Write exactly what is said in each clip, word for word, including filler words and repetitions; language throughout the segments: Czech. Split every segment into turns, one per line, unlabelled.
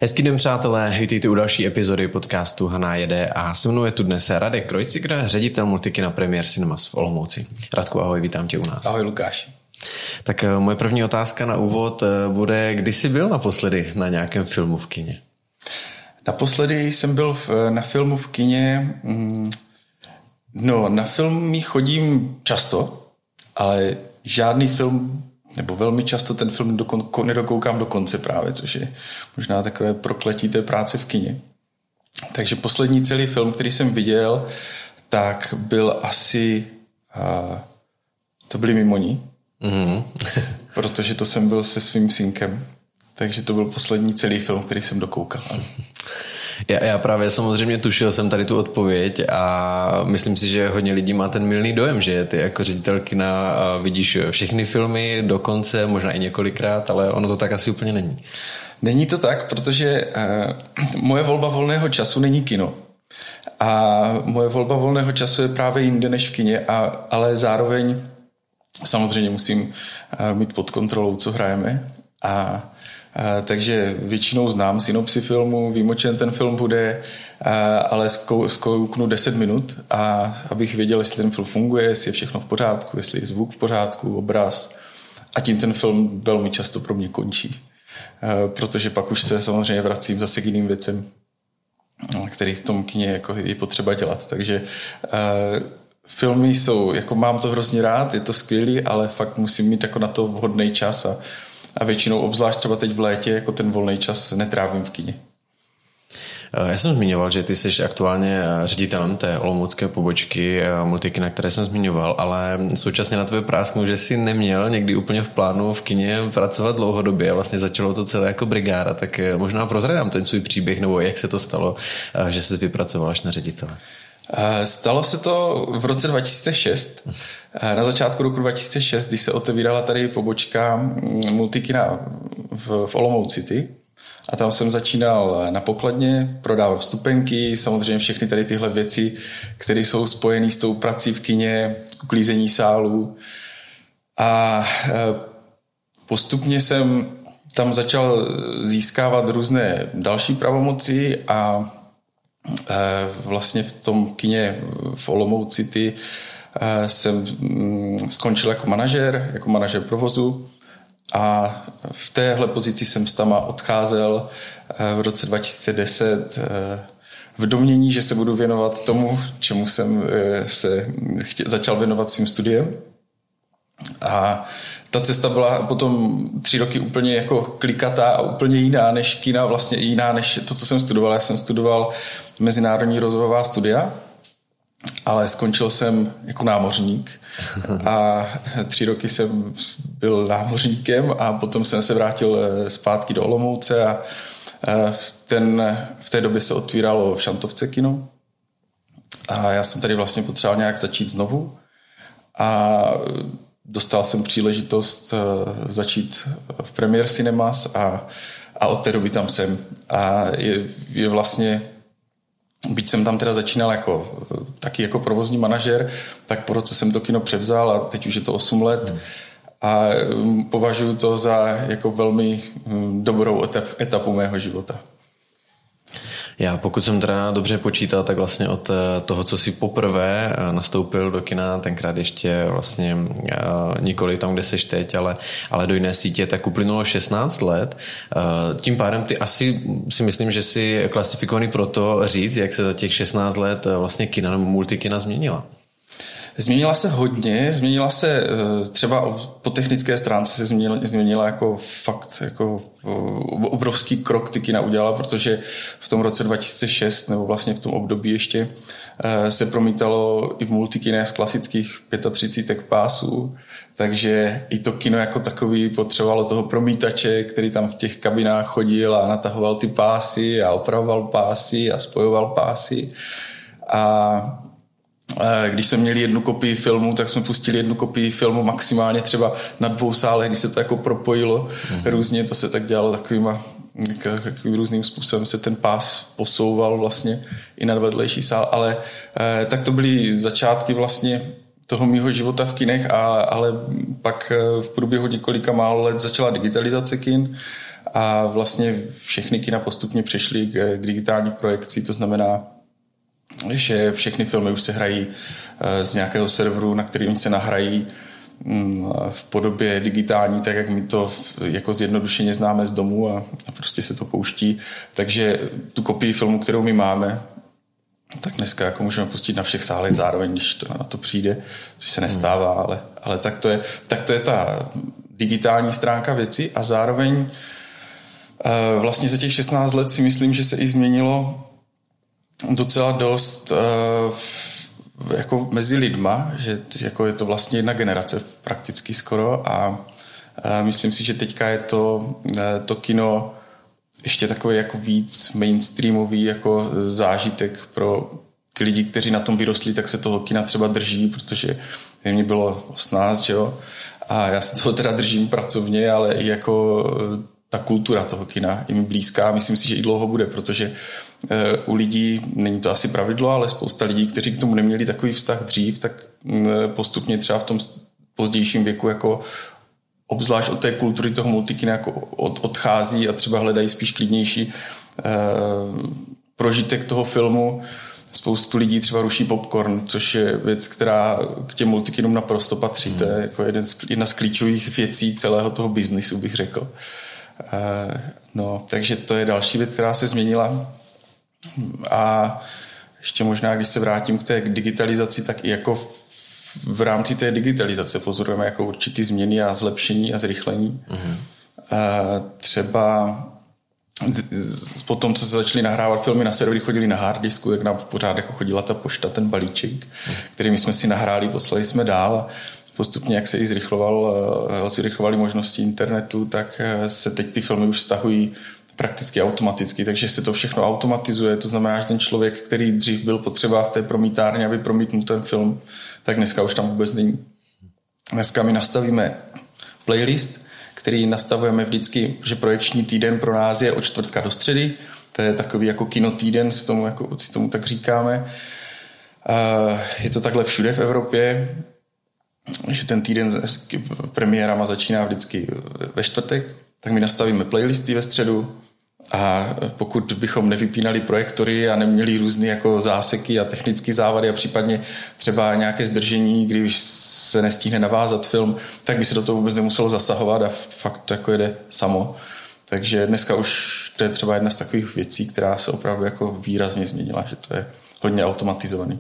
Hezký den, přátelé, vítejte u další epizody podcastu Haná jede a se mnou je tu dnes Radek Kreuziger, ředitel multikina Premier Cinemas v Olomouci. Radku, ahoj, vítám tě u nás.
Ahoj, Lukáši.
Tak moje první otázka na úvod bude, kdy jsi byl naposledy na nějakém filmu v kině?
Naposledy jsem byl v, na filmu v kině, no na filmy chodím často, ale žádný film, nebo velmi často ten film dokon, nedokoukám do konce právě, což je možná takové prokletí té práce v kině. Takže poslední celý film, který jsem viděl, tak byl asi, uh, to byli Mimoni, mm-hmm. protože to jsem byl se svým synkem, takže to byl poslední celý film, který jsem dokoukal.
Já, já právě samozřejmě tušil jsem tady tu odpověď a myslím si, že hodně lidí má ten mylný dojem, že ty jako ředitel kina vidíš všechny filmy dokonce, možná i několikrát, ale ono to tak asi úplně není.
Není to tak, protože uh, moje volba volného času není kino. A moje volba volného času je právě jinde než v kině, a, ale zároveň samozřejmě musím uh, mít pod kontrolou, co hrajeme. A Uh, takže většinou znám synopsi filmu, vím, o čem ten film bude, uh, ale zkou, zkouknu deset minut, a abych věděl, jestli ten film funguje, jestli je všechno v pořádku, jestli je zvuk v pořádku, obraz. A tím ten film velmi často pro mě končí. Uh, protože pak už se samozřejmě vracím zase k jiným věcem, který v tom kině jako je potřeba dělat. Takže uh, filmy jsou, jako mám to hrozně rád, je to skvělý, ale fakt musím mít jako na to vhodný čas a A většinou, obzvlášť třeba teď v létě, jako ten volný čas netrávím v kině.
Já jsem zmiňoval, že ty jsi aktuálně ředitelem té olomoucké pobočky multikina, které jsem zmiňoval, ale současně na tebe prásknu, že jsi neměl někdy úplně v plánu v kině pracovat dlouhodobě a vlastně začalo to celé jako brigáda, tak možná prozradám ten svůj příběh, nebo jak se to stalo, že jsi vypracoval až na ředitele.
Stalo se to v roce dva tisíce šest. Na začátku roku dva tisíce šest, když se otevírala tady pobočka multikina v, v Olomouci City. A tam jsem začínal na pokladně, prodávat vstupenky, samozřejmě všechny tady tyhle věci, které jsou spojené s tou prací v kině, uklízení sálů. A postupně jsem tam začal získávat různé další pravomoci a vlastně v tom kině v Olomouci City jsem skončil jako manažer, jako manažer provozu, a v téhle pozici jsem s tama odcházel v roce dva tisíce deset v domnění, že se budu věnovat tomu, čemu jsem se chtěl, začal věnovat svým studiem. A ta cesta byla potom tři roky úplně jako klikatá a úplně jiná než kina, vlastně jiná než to, co jsem studoval. Já jsem studoval mezinárodní rozvojová studia, ale skončil jsem jako námořník a tři roky jsem byl námořníkem a potom jsem se vrátil zpátky do Olomouce a v, ten, v té době se otvíralo v Šantovce kino a já jsem tady vlastně potřeboval nějak začít znovu a dostal jsem příležitost začít v Premier Cinemas a, a od té doby tam jsem. A je, je vlastně, byť jsem tam teda začínal jako, taky jako provozní manažer, tak po roce jsem to kino převzal a teď už je to osm let. Hmm. A považuji to za jako velmi dobrou etap, etapu mého života.
Já pokud jsem teda dobře počítal, tak vlastně od toho, co si poprvé nastoupil do kina, tenkrát ještě vlastně nikoli tam, kde seš teď, ale, ale do jiné sítě, tak uplynulo šestnáct let. Tím pádem ty asi si myslím, že jsi klasifikovaný pro to říct, jak se za těch šestnáct let vlastně kina nebo multikina změnila.
Změnila se hodně, změnila se třeba po technické stránce se změnila, změnila jako fakt jako obrovský krok ty kina udělala, protože v tom roce dva tisíce šest nebo vlastně v tom období ještě se promítalo i v multikinech z klasických třicet pět pásů, takže i to kino jako takový potřebovalo toho promítače, který tam v těch kabinách chodil a natahoval ty pásy a opravoval pásy a spojoval pásy. A když jsme měli jednu kopii filmu, tak jsme pustili jednu kopii filmu maximálně třeba na dvou sálech, když se to jako propojilo mm-hmm. různě, to se tak dělalo takovýma, takovým různým způsobem se ten pás posouval vlastně i na vedlejší sál, ale eh, tak to byly začátky vlastně toho mýho života v kinech, a, ale pak v průběhu několika málo let začala digitalizace kin a vlastně všechny kina postupně přešly k, k digitální projekci, to znamená, že všechny filmy už se hrají z nějakého serveru, na kterým se nahrají v podobě digitální, tak jak my to jako zjednodušeně známe z domu a, a prostě se to pouští. Takže tu kopii filmu, kterou my máme, tak dneska jako můžeme pustit na všech sálech zároveň, když to na to přijde, což se nestává, ale, ale tak, to je, tak to je ta digitální stránka věci a zároveň vlastně za těch šestnáct let si myslím, že se i změnilo docela dost jako mezi lidma, že jako je to vlastně jedna generace prakticky skoro a myslím si, že teďka je to, to kino ještě takový jako víc mainstreamový jako zážitek pro ty lidi, kteří na tom vyrostli, tak se toho kina třeba drží, protože mě bylo osmnáct, že jo, a já se toho teda držím pracovně, ale i jako ta kultura toho kina je mi blízká, myslím si, že i dlouho bude, protože u lidí, není to asi pravidlo, ale spousta lidí, kteří k tomu neměli takový vztah dřív, tak postupně třeba v tom pozdějším věku jako obzvlášť od té kultury toho multikina jako od, odchází a třeba hledají spíš klidnější eh, prožitek toho filmu. Spoustu lidí třeba ruší popcorn, což je věc, která k těm multikinům naprosto patří. Hmm. To je jako jeden z, jedna z klíčových věcí celého toho biznisu, bych řekl. Eh, no, takže to je další věc, která se změnila. A ještě možná, když se vrátím k té digitalizaci, tak i jako v rámci té digitalizace pozorujeme jako určitý změny a zlepšení a zrychlení. Mm-hmm. Třeba po tom, co se začaly nahrávat filmy na servery, chodili na hard disku, jak nám pořád jako chodila ta pošta, ten balíček, mm-hmm. který my jsme si nahráli, poslali jsme dál a postupně, jak se i zrychloval, zrychlovaly možnosti internetu, tak se teď ty filmy už stahují prakticky automaticky, takže se to všechno automatizuje, to znamená, že ten člověk, který dřív byl potřeba v té promítárně, aby promítnul ten film, tak dneska už tam vůbec není. Dneska my nastavíme playlist, který nastavujeme vždycky, že projekční týden pro nás je od čtvrtka do středy, to je takový jako kinotýden, si tomu, jako, si tomu tak říkáme. Je to takhle všude v Evropě, že ten týden premiérama začíná vždycky ve čtvrtek, tak my nastavíme playlisty ve středu a pokud bychom nevypínali projektory a neměli různé jako záseky a technické závady a případně třeba nějaké zdržení, když se nestihne navázat film, tak by se do toho vůbec nemuselo zasahovat a fakt jako jede samo. Takže dneska už to je třeba jedna z takových věcí, která se opravdu jako výrazně změnila, že to je hodně automatizovaný.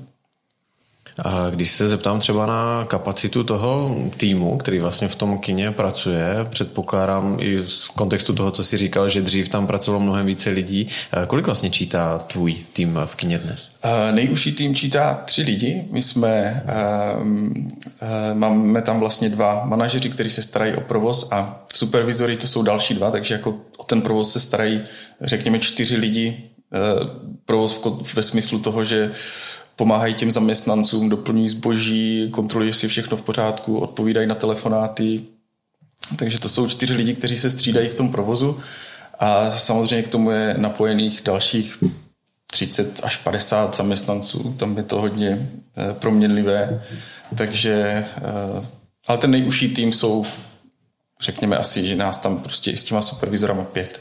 A když se zeptám třeba na kapacitu toho týmu, který vlastně v tom kině pracuje, předpokládám i v kontextu toho, co jsi říkal, že dřív tam pracovalo mnohem více lidí. Kolik vlastně čítá tvůj tým v kině dnes?
Uh, nejužší tým čítá tři lidi. My jsme, uh, uh, máme tam vlastně dva manažeři, kteří se starají o provoz a supervizory to jsou další dva, takže jako o ten provoz se starají, řekněme, čtyři lidi. Uh, provoz ve smyslu toho, že pomáhají těm zaměstnancům, doplňují zboží, kontrolují si všechno v pořádku, odpovídají na telefonáty. Takže to jsou čtyři lidi, kteří se střídají v tom provozu a samozřejmě k tomu je napojených dalších třicet až padesát zaměstnanců. Tam je to hodně proměnlivé. Takže, ale ten nejužší tým jsou, řekněme asi, že nás tam prostě i s těma supervizorama pět.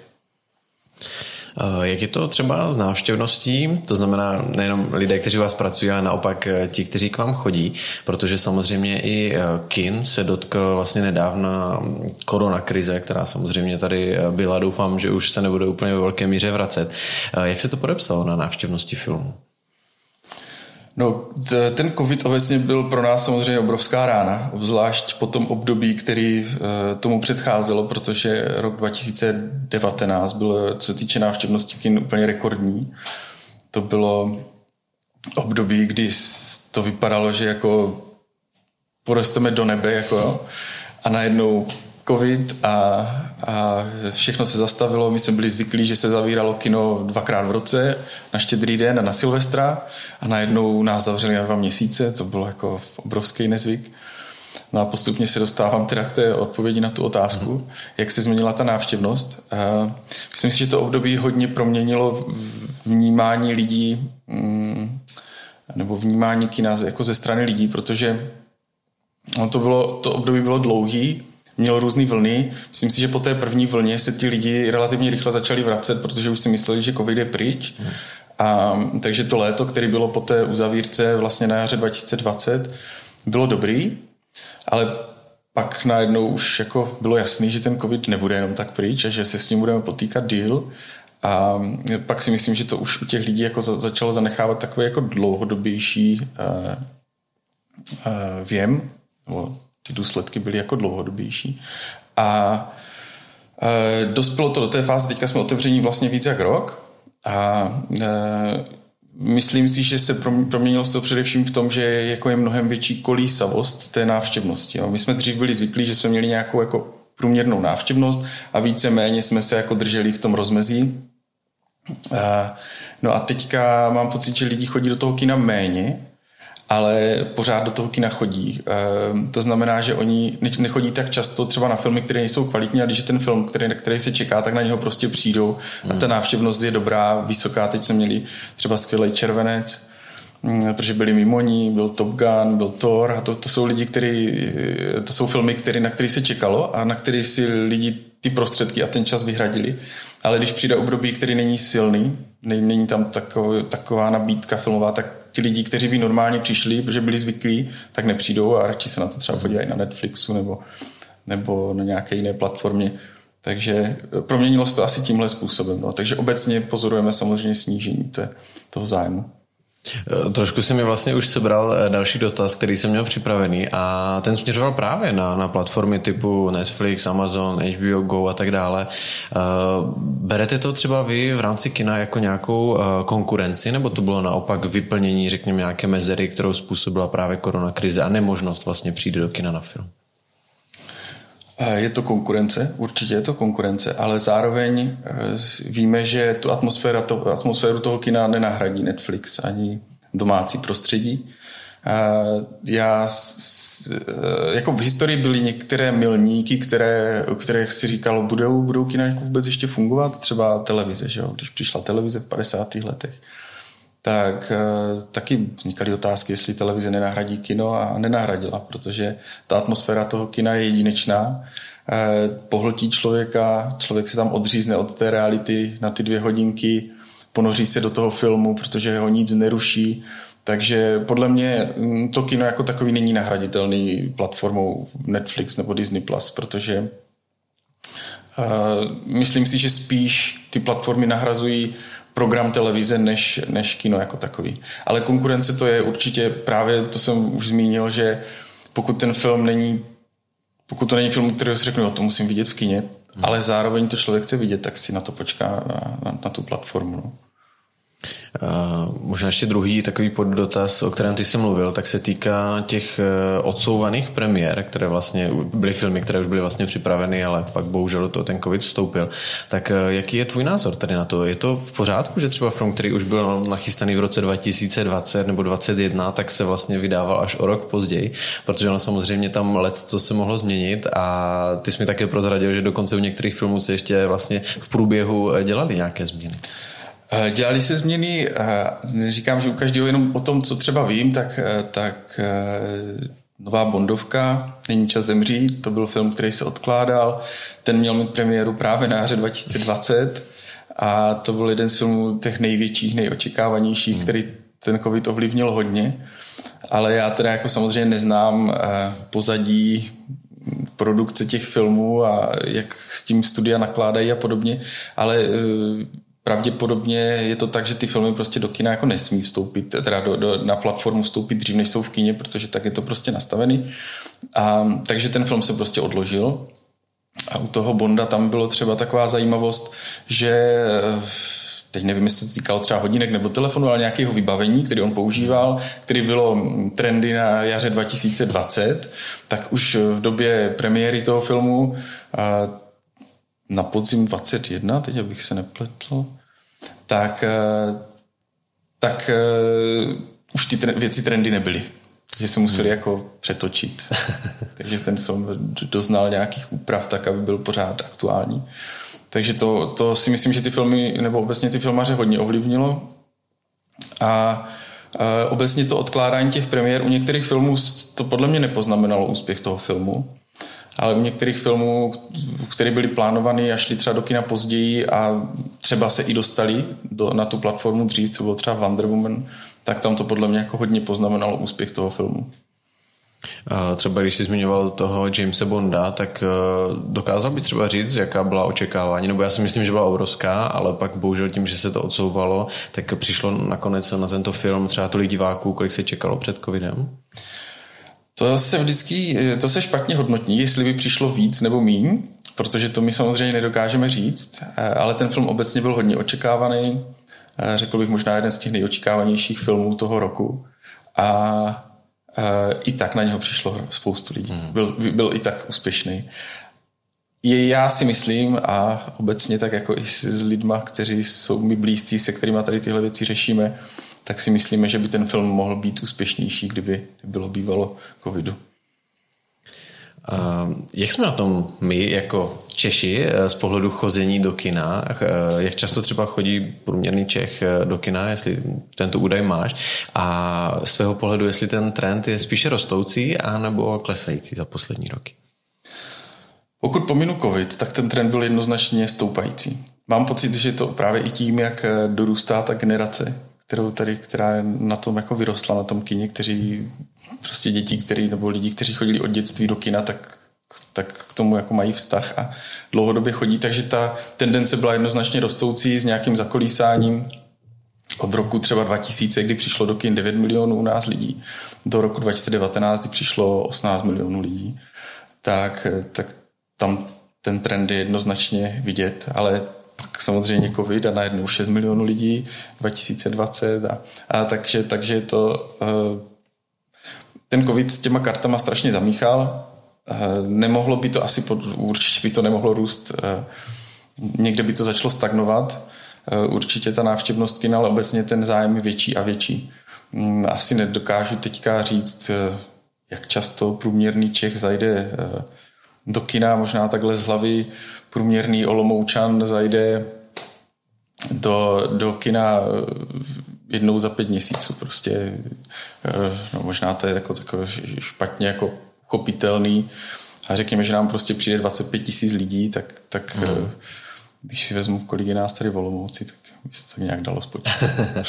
Jak je to třeba s návštěvností? To znamená nejenom lidé, kteří vás pracují, ale naopak ti, kteří k vám chodí, protože samozřejmě i kin se dotkl vlastně nedávna koronakrize, která samozřejmě tady byla. Doufám, že už se nebude úplně ve velké míře vracet. Jak se to podepsalo na návštěvnosti filmu?
No, ten covid obecně byl pro nás samozřejmě obrovská rána, obzvlášť po tom období, který tomu předcházelo, protože rok dva tisíce devatenáct byl, co se týče návštěvnosti kin, úplně rekordní. To bylo období, kdy to vypadalo, že jako porosteme do nebe, jako, a najednou covid a, a všechno se zastavilo. My jsme byli zvyklí, že se zavíralo kino dvakrát v roce, na Štědrý den a na Silvestra a najednou nás zavřeli na dva měsíce. To bylo jako obrovský nezvyk. No a postupně se dostávám teda k té odpovědi na tu otázku, mm. jak se změnila ta návštěvnost. A myslím si, že to období hodně proměnilo vnímání lidí nebo vnímání kina jako ze strany lidí, protože no to, bylo, to období bylo dlouhý. měl různý vlny. Myslím si, že po té první vlně se ti lidi relativně rychle začali vracet, protože už si mysleli, že covid je pryč. Hmm. A, takže to léto, které bylo po té uzavírce vlastně na jaře dva tisíce dvacet, bylo dobrý, ale pak najednou už jako bylo jasný, že ten covid nebude jenom tak pryč a že se s ním budeme potýkat díl. A pak si myslím, že to už u těch lidí jako za, začalo zanechávat takový jako dlouhodobější uh, uh, věm, nebo ty důsledky byly jako dlouhodobější. A uh, dospělo to do té fáze, teďka jsme otevření vlastně víc jak rok a uh, myslím si, že se proměnilo to především v tom, že jako je mnohem větší kolísavost té návštěvnosti. Jo. My jsme dřív byli zvyklí, že jsme měli nějakou jako průměrnou návštěvnost a víceméně jsme se jako drželi v tom rozmezí. A, no a teďka mám pocit, že lidi chodí do toho kina méně, ale pořád do toho kina chodí. E, to znamená, že oni nechodí tak často třeba na filmy, které nejsou kvalitní, a když je ten film, který, na který se čeká, tak na něho prostě přijdou a ta návštěvnost je dobrá, vysoká. Teď jsme měli třeba skvělý Červenec, protože byli mimo ní, byl Top Gun, byl Thor a to, to jsou lidi, který, to jsou filmy, který, na který se čekalo a na který si lidi ty prostředky a ten čas vyhradili. Ale když přijde období, který není silný, není tam taková, taková nabídka filmová, tak ti lidi, kteří by normálně přišli, protože byli zvyklí, tak nepřijdou a radši se na to třeba podívají na Netflixu nebo, nebo na nějaké jiné platformě. Takže proměnilo se to asi tímhle způsobem. No. Takže obecně pozorujeme samozřejmě snížení té, toho zájmu.
Trošku si mi vlastně už sebral další dotaz, který jsem měl připravený a ten směřoval právě na, na platformy typu Netflix, Amazon, H B O Go a tak dále. Berete to třeba vy v rámci kina jako nějakou konkurenci, nebo to bylo naopak vyplnění, řekněme, nějaké mezery, kterou způsobila právě koronakrize a nemožnost vlastně přijít do kina na film?
Je to konkurence, určitě je to konkurence, ale zároveň víme, že tu atmosféru, to, atmosféru toho kina nenahradí Netflix ani domácí prostředí. Já, jako v historii byly některé milníky, které, o kterých si říkalo, budou, budou kina jako vůbec ještě fungovat, třeba televize, že jo? Když přišla televize v padesátých letech. Tak taky vznikaly otázky, jestli televize nenahradí kino a nenahradila, protože ta atmosféra toho kina je jedinečná, pohltí člověka, člověk se tam odřízne od té reality na ty dvě hodinky, ponoří se do toho filmu, protože ho nic neruší, takže podle mě to kino jako takový není nahraditelný platformou Netflix nebo Disney plus, protože uh, myslím si, že spíš ty platformy nahrazují program televize než, než kino jako takový. Ale konkurence to je určitě právě, to jsem už zmínil, že pokud ten film není, pokud to není film, který si řeknu, to musím vidět v kině, hmm. ale zároveň to člověk chce vidět, tak si na to počká na, na, na tu platformu. No.
Uh, možná ještě druhý takový poddotaz, o kterém ty jsi mluvil, tak se týká těch uh, odsouvaných premiér, které vlastně byly filmy, které už byly vlastně připraveny, ale pak bohužel do toho ten covid vstoupil. Tak uh, jaký je tvůj názor tady na to? Je to v pořádku, že třeba film, který už byl nachystaný v roce dva tisíce dvacet nebo dvacet jedna, tak se vlastně vydával až o rok později, protože ono samozřejmě tam lecco se mohlo změnit a ty jsi mi také prozradil, že dokonce u některých filmů se ještě vlastně v průběhu dělali nějaké změny.
Dělali se změny, říkám, že u každého jenom o tom, co třeba vím, tak, tak nová Bondovka, Není čas zemřít, to byl film, který se odkládal, ten měl mít premiéru právě na jaře dva tisíce dvacet a to byl jeden z filmů těch největších, nejočekávanějších, hmm. který ten covid ovlivnil hodně, ale já teda jako samozřejmě neznám pozadí produkce těch filmů a jak s tím studia nakládají a podobně, ale pravděpodobně je to tak, že ty filmy prostě do kina jako nesmí vstoupit, teda do, do, na platformu vstoupit dřív, než jsou v kině, protože tak je to prostě nastavený. A, takže ten film se prostě odložil. A u toho Bonda tam bylo třeba taková zajímavost, že teď nevím, jestli se týkalo třeba hodinek nebo telefonu, ale nějakého vybavení, který on používal, který bylo trendy na jaře dva tisíce dvacet, tak už v době premiéry toho filmu na podzim dvacet jedna, teď abych se nepletl, tak, tak už ty věci trendy nebyly. Že se museli hmm. jako přetočit. Takže ten film doznal nějakých úprav tak, aby byl pořád aktuální. Takže to, to si myslím, že ty filmy, nebo obecně ty filmaře hodně ovlivnilo. A, a obecně to odkládání těch premiér u některých filmů to podle mě nepoznamenalo úspěch toho filmu. ale u některých filmů, které byly plánované a šly třeba do kina později a třeba se i dostali do, na tu platformu dřív, co bylo třeba Wonder Woman, tak tam to podle mě jako hodně poznamenalo úspěch toho filmu.
Třeba když jsi zmiňoval toho Jamesa Bonda, tak dokázal bys třeba říct, jaká byla očekávání, nebo já si myslím, že byla obrovská, ale pak bohužel tím, že se to odsouvalo, tak přišlo nakonec na tento film třeba tolik diváků, kolik se čekalo před covidem?
To se vždycky, to se špatně hodnotí, jestli by přišlo víc nebo míň, protože to my samozřejmě nedokážeme říct, ale ten film obecně byl hodně očekávaný, řekl bych možná jeden z těch nejočekávanějších filmů toho roku a i tak na něho přišlo spoustu lidí. Hmm. Byl, byl i tak úspěšný. Je, já si myslím a obecně tak jako i s lidma, kteří jsou mi blízcí, se kterými tady tyhle věci řešíme, tak si myslíme, že by ten film mohl být úspěšnější, kdyby bylo bývalo covidu.
Uh, jak jsme na tom my jako Češi z pohledu chození do kina? Jak často třeba chodí průměrný Čech do kina, jestli tento údaj máš? A z tvého pohledu, jestli ten trend je spíše rostoucí anebo klesající za poslední roky?
Pokud pominu covid, tak ten trend byl jednoznačně stoupající. Mám pocit, že to právě i tím, jak dorůstá ta generace, kterou tady, která na tom jako vyrostla, na tom kině, kteří prostě děti, který, nebo lidi, kteří chodili od dětství do kina, tak, tak k tomu jako mají vztah a dlouhodobě chodí, takže ta tendence byla jednoznačně rostoucí s nějakým zakolísáním od roku třeba dva tisíce, kdy přišlo do kin devět milionů u nás lidí, do roku dva tisíce devatenáct, kdy přišlo osmnáct milionů lidí, tak, tak tam ten trend je jednoznačně vidět, ale pak samozřejmě covid a najednou šest milionů lidí, dva tisíce dvacet a, a takže, takže to ten covid s těma kartama strašně zamíchal. Nemohlo by to asi, pod, určitě by to nemohlo růst, někde by to začalo stagnovat. Určitě ta návštěvnost kina, ale obecně ten zájem je větší a větší. Asi nedokážu teďka říct, jak často průměrný Čech zajde do kina, možná takhle z hlavy průměrný Olomoučan zajde do, do kina jednou za pět měsíců. Prostě, no možná to je jako, jako špatně jako uchopitelný a řekněme, že nám prostě přijde dvacet pět tisíc lidí, tak, tak hmm. když si vezmu, kolik je nás tady v Olomouci, tak by se tak nějak dalo spočítat.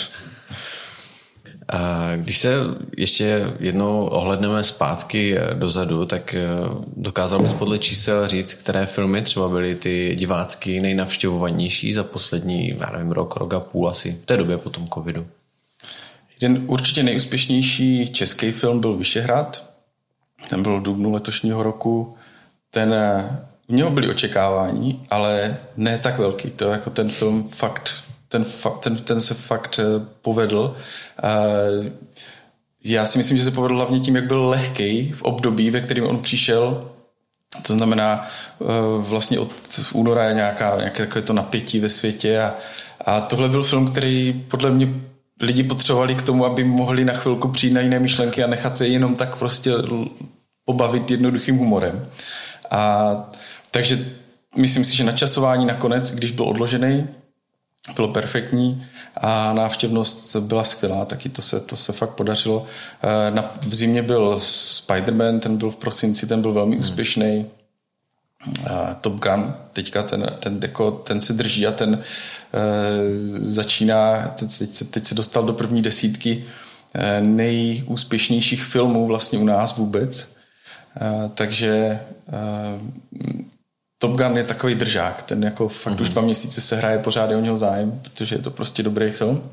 A když se ještě jednou ohledneme zpátky dozadu, tak dokázal bys podle čísel říct, které filmy třeba byly ty divácky nejnavštěvovanější za poslední, já nevím, rok, rok a půl asi, v té době po tom covidu?
Jeden určitě nejúspěšnější český film byl Vyšehrad. Ten byl v dubnu letošního roku. Ten, u něho byly očekávání, ale ne tak velký. To jako ten film fakt... Ten, ten, ten se fakt povedl. Já si myslím, že se povedl hlavně tím, jak byl lehkej v období, ve kterém on přišel. To znamená, vlastně od února je nějaká, nějaké takové to napětí ve světě a, a tohle byl film, který podle mě lidi potřebovali k tomu, aby mohli na chvilku přijít na jiné myšlenky a nechat se jenom tak prostě pobavit jednoduchým humorem. A, takže myslím si, že načasování nakonec, když byl odložený, bylo perfektní a návštěvnost byla skvělá, taky to se, to se fakt podařilo. Na, v zimě byl Spider-Man, ten byl v prosinci, ten byl velmi hmm. úspěšný. Top Gun, teďka ten, ten, deko, ten se drží a ten e, začíná, teď se, teď se dostal do první desítky e, nejúspěšnějších filmů vlastně u nás vůbec. E, takže e, Top Gun je takový držák, ten jako fakt mm-hmm. už dva měsíce se hraje, pořád je o něho zájem, protože je to prostě dobrý film.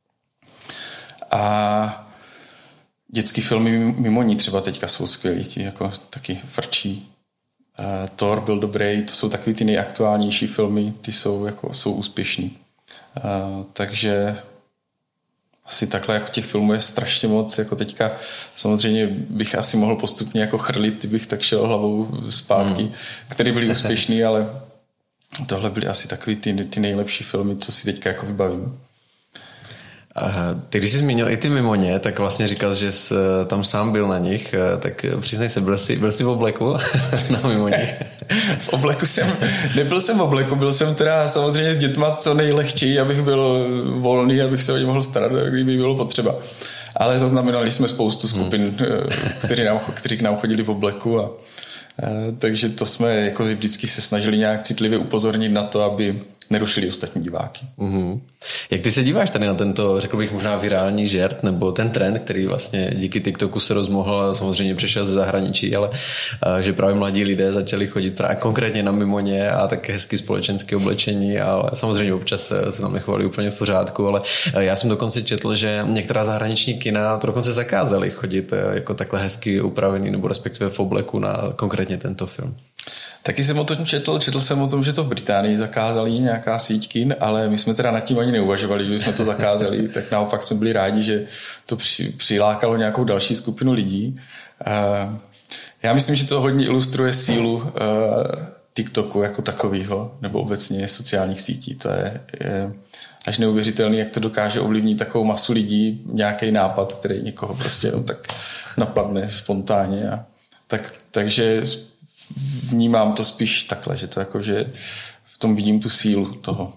A dětský filmy mimo ní třeba teďka jsou skvělý, ti jako taky frčí. Uh, Thor byl dobrý, to jsou takový ty nejaktuálnější filmy, ty jsou, jako, jsou úspěšný. Uh, takže asi takhle jako těch filmů je strašně moc, jako teďka samozřejmě bych asi mohl postupně jako chrlit, kdybych tak šel hlavou zpátky, mm. které byly úspěšný, ale tohle byly asi takový ty, ty nejlepší filmy, co si teďka jako vybavím.
Aha, ty když jsi zmínil i ty Mimoně, tak vlastně říkal, že jsi tam sám byl na nich, tak přiznej se, byl jsi, byl jsi v obleku na Mimoních?
V obleku jsem, nebyl jsem v obleku, byl jsem teda samozřejmě s dětma co nejlehčí, abych byl volný, abych se o ně mohl starat, kdyby bylo potřeba. Ale zaznamenali jsme spoustu skupin, hmm. kteří, nám, kteří k nám chodili v obleku a, Takže to jsme jako vždycky se snažili nějak citlivě upozornit na to, aby nerušili ostatní diváky.
Mm-hmm. Jak ty se díváš tady na tento, řekl bych, možná virální žert, nebo ten trend, který vlastně díky TikToku se rozmohl, samozřejmě přišel ze zahraničí, ale že právě mladí lidé začali chodit právě konkrétně na Mimoně a tak hezky společenské oblečení, ale samozřejmě občas se tam nechovali úplně v pořádku, ale já jsem dokonce četl, že některá zahraniční kina to dokonce zakázali chodit jako takhle hezky upravený, nebo respektive v obleku na konkrétně tento film.
Taky jsem o tom četl, četl jsem o tom, že to v Británii zakázali nějaká síť kin, ale my jsme teda nad tím ani neuvažovali, že jsme to zakázali, tak naopak jsme byli rádi, že to při, přilákalo nějakou další skupinu lidí. Uh, já myslím, že to hodně ilustruje sílu uh, TikToku jako takového, nebo obecně sociálních sítí. To je, je až neuvěřitelný, jak to dokáže ovlivnit takovou masu lidí, nějaký nápad, který někoho prostě no, tak napadne spontánně. A tak, takže vnímám to spíš takhle, že to jako, že v tom vidím tu sílu toho.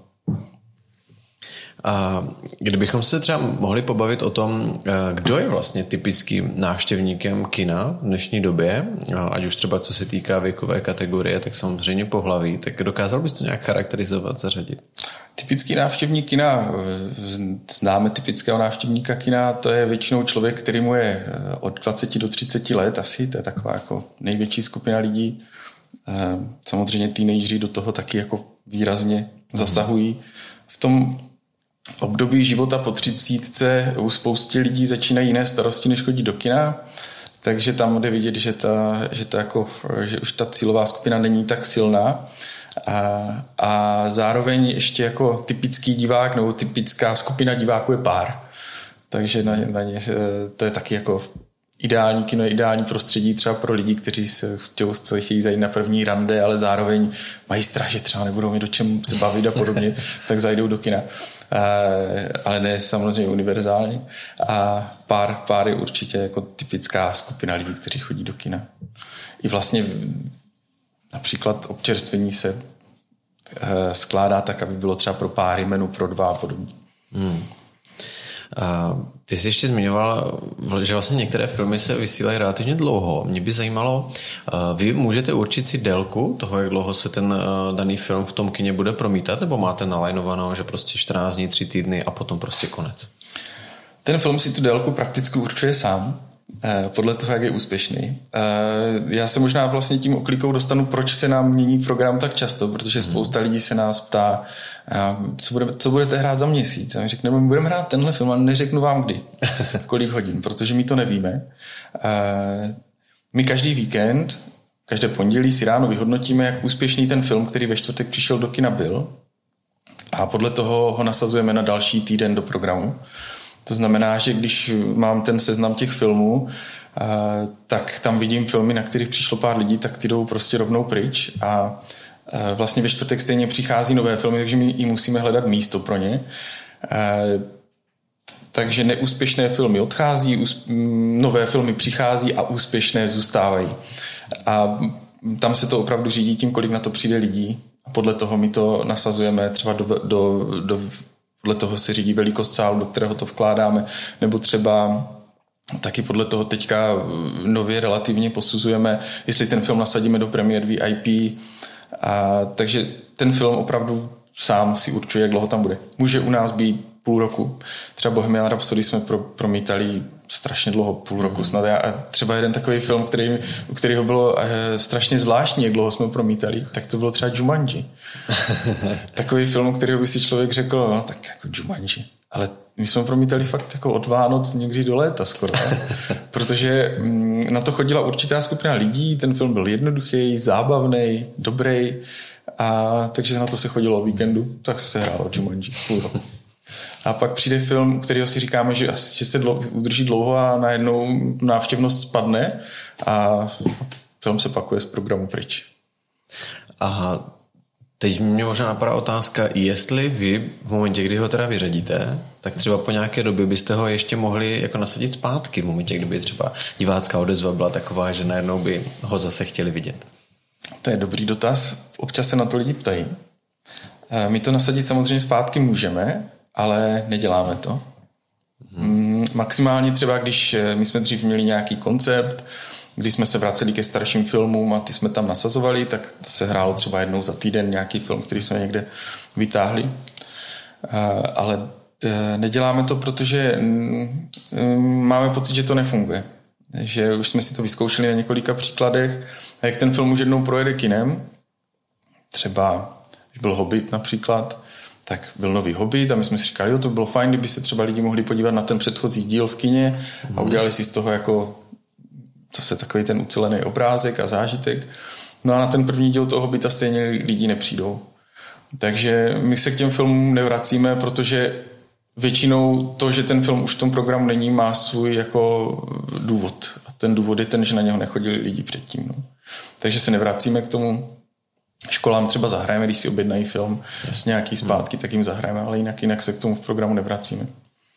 A kdybychom se třeba mohli pobavit o tom, kdo je vlastně typickým návštěvníkem kina v dnešní době, ať už třeba co se týká věkové kategorie, tak samozřejmě pohlaví, tak dokázal bys to nějak charakterizovat, zařadit?
Typický návštěvník kina, známe typického návštěvníka kina, to je většinou člověk, který mu je od dvaceti do třiceti let asi, to je taková jako největší skupina lidí. Samozřejmě teenageři do toho taky jako výrazně zasahují. V tom období života po třicítce u spousty lidí začínají jiné starosti, než chodí do kina, takže tam jde vidět, že, ta, že, ta jako, že už ta cílová skupina není tak silná. A, a zároveň ještě jako typický divák nebo typická skupina diváků je pár. Takže na, na ně, to je taky jako ideální kino, ideální prostředí třeba pro lidi, kteří se chtějí, se chtějí zajít na první rande, ale zároveň mají strach, že třeba nebudou mít o čem se bavit a podobně, tak zajdou do kina. A, ale ne samozřejmě univerzálně. A pár, pár je určitě jako typická skupina lidí, kteří chodí do kina. I vlastně například občerstvení se e, skládá tak, aby bylo třeba pro páry, menu pro dva a podobně. Hmm.
A ty jsi ještě zmiňoval, že vlastně některé filmy se vysílají relativně dlouho. Mě by zajímalo, vy můžete určit si délku toho, jak dlouho se ten daný film v tom kině bude promítat, nebo máte nalajnovanou, že prostě čtrnáct dní, tři týdny a potom prostě konec?
Ten film si tu délku prakticky určuje sám, podle toho, jak je úspěšný. Já se možná vlastně tím oklikou dostanu, proč se nám mění program tak často, protože spousta lidí se nás ptá, co, bude, co budete hrát za měsíc. A my řekneme, my budeme hrát tenhle film, ale neřeknu vám kdy, kolik hodin, protože my to nevíme. My každý víkend, každé pondělí si ráno vyhodnotíme, jak úspěšný ten film, který ve čtvrtek přišel do kina, byl, a podle toho ho nasazujeme na další týden do programu. To znamená, že když mám ten seznam těch filmů, tak tam vidím filmy, na kterých přišlo pár lidí, tak ty jdou prostě rovnou pryč a vlastně ve čtvrtek stejně přichází nové filmy, takže my i musíme hledat místo pro ně. Takže neúspěšné filmy odchází, nové filmy přichází a úspěšné zůstávají. A tam se to opravdu řídí tím, kolik na to přijde lidí. A podle toho my to nasazujeme třeba do, do, do podle toho se řídí velikost sálu, do kterého to vkládáme, nebo třeba taky podle toho teďka nově relativně posuzujeme, jestli ten film nasadíme do Premier V I P. A, takže ten film opravdu sám si určuje, jak dlouho tam bude. Může u nás být půl roku. Třeba Bohemian Rhapsody jsme pro, promítali strašně dlouho, půl roku snad. A třeba jeden takový film, který, u kterého bylo e, strašně zvláštní, jak dlouho jsme promítali, tak to bylo třeba Jumanji. Takový film, kterého by si člověk řekl, no tak jako Jumanji. Ale my jsme promítali fakt jako od Vánoc někdy do léta skoro. Protože mm, na to chodila určitá skupina lidí, ten film byl jednoduchý, zábavný, dobrý, a takže na to se chodilo o víkendu, tak se hrálo Jumanji půl roku. A pak přijde film, kterýho si říkáme, že, že se dlouho, udrží dlouho a najednou návštěvnost spadne a film se pakuje z programu pryč.
Aha, teď mě možná napadá otázka, jestli vy v momentě, kdy ho teda vyřadíte, tak třeba po nějaké době byste ho ještě mohli jako nasadit zpátky, v momentě, kdyby třeba divácká odezva byla taková, že najednou by ho zase chtěli vidět.
To je dobrý dotaz, občas se na to lidi ptají. My to nasadit samozřejmě zpátky můžeme, ale neděláme to. Hmm. Maximálně třeba, když my jsme dřív měli nějaký koncept když jsme se vraceli ke starším filmům a ty jsme tam nasazovali, tak to se hrálo třeba jednou za týden nějaký film, který jsme někde vytáhli. Ale neděláme to, protože máme pocit, že to nefunguje. Že už jsme si to vyzkoušeli na několika příkladech a jak ten film už jednou projede kinem, třeba, když byl Hobbit například, tak byl nový Hobbit a my jsme si říkali, jo, to bylo fajn, kdyby se třeba lidi mohli podívat na ten předchozí díl v kině a udělali si z toho jako zase takový ten ucelený obrázek a zážitek. No a na ten první díl toho Hobbita stejně lidi nepřijdou. Takže my se k těm filmům nevracíme, protože většinou to, že ten film už v tom programu není, má svůj jako důvod. A ten důvod je ten, že na něho nechodili lidi předtím. No. Takže se nevracíme k tomu. Školám třeba zahrajeme, když si objednají film nějaký zpátky, tak jim zahrajeme, ale jinak, jinak se k tomu v programu nevracíme.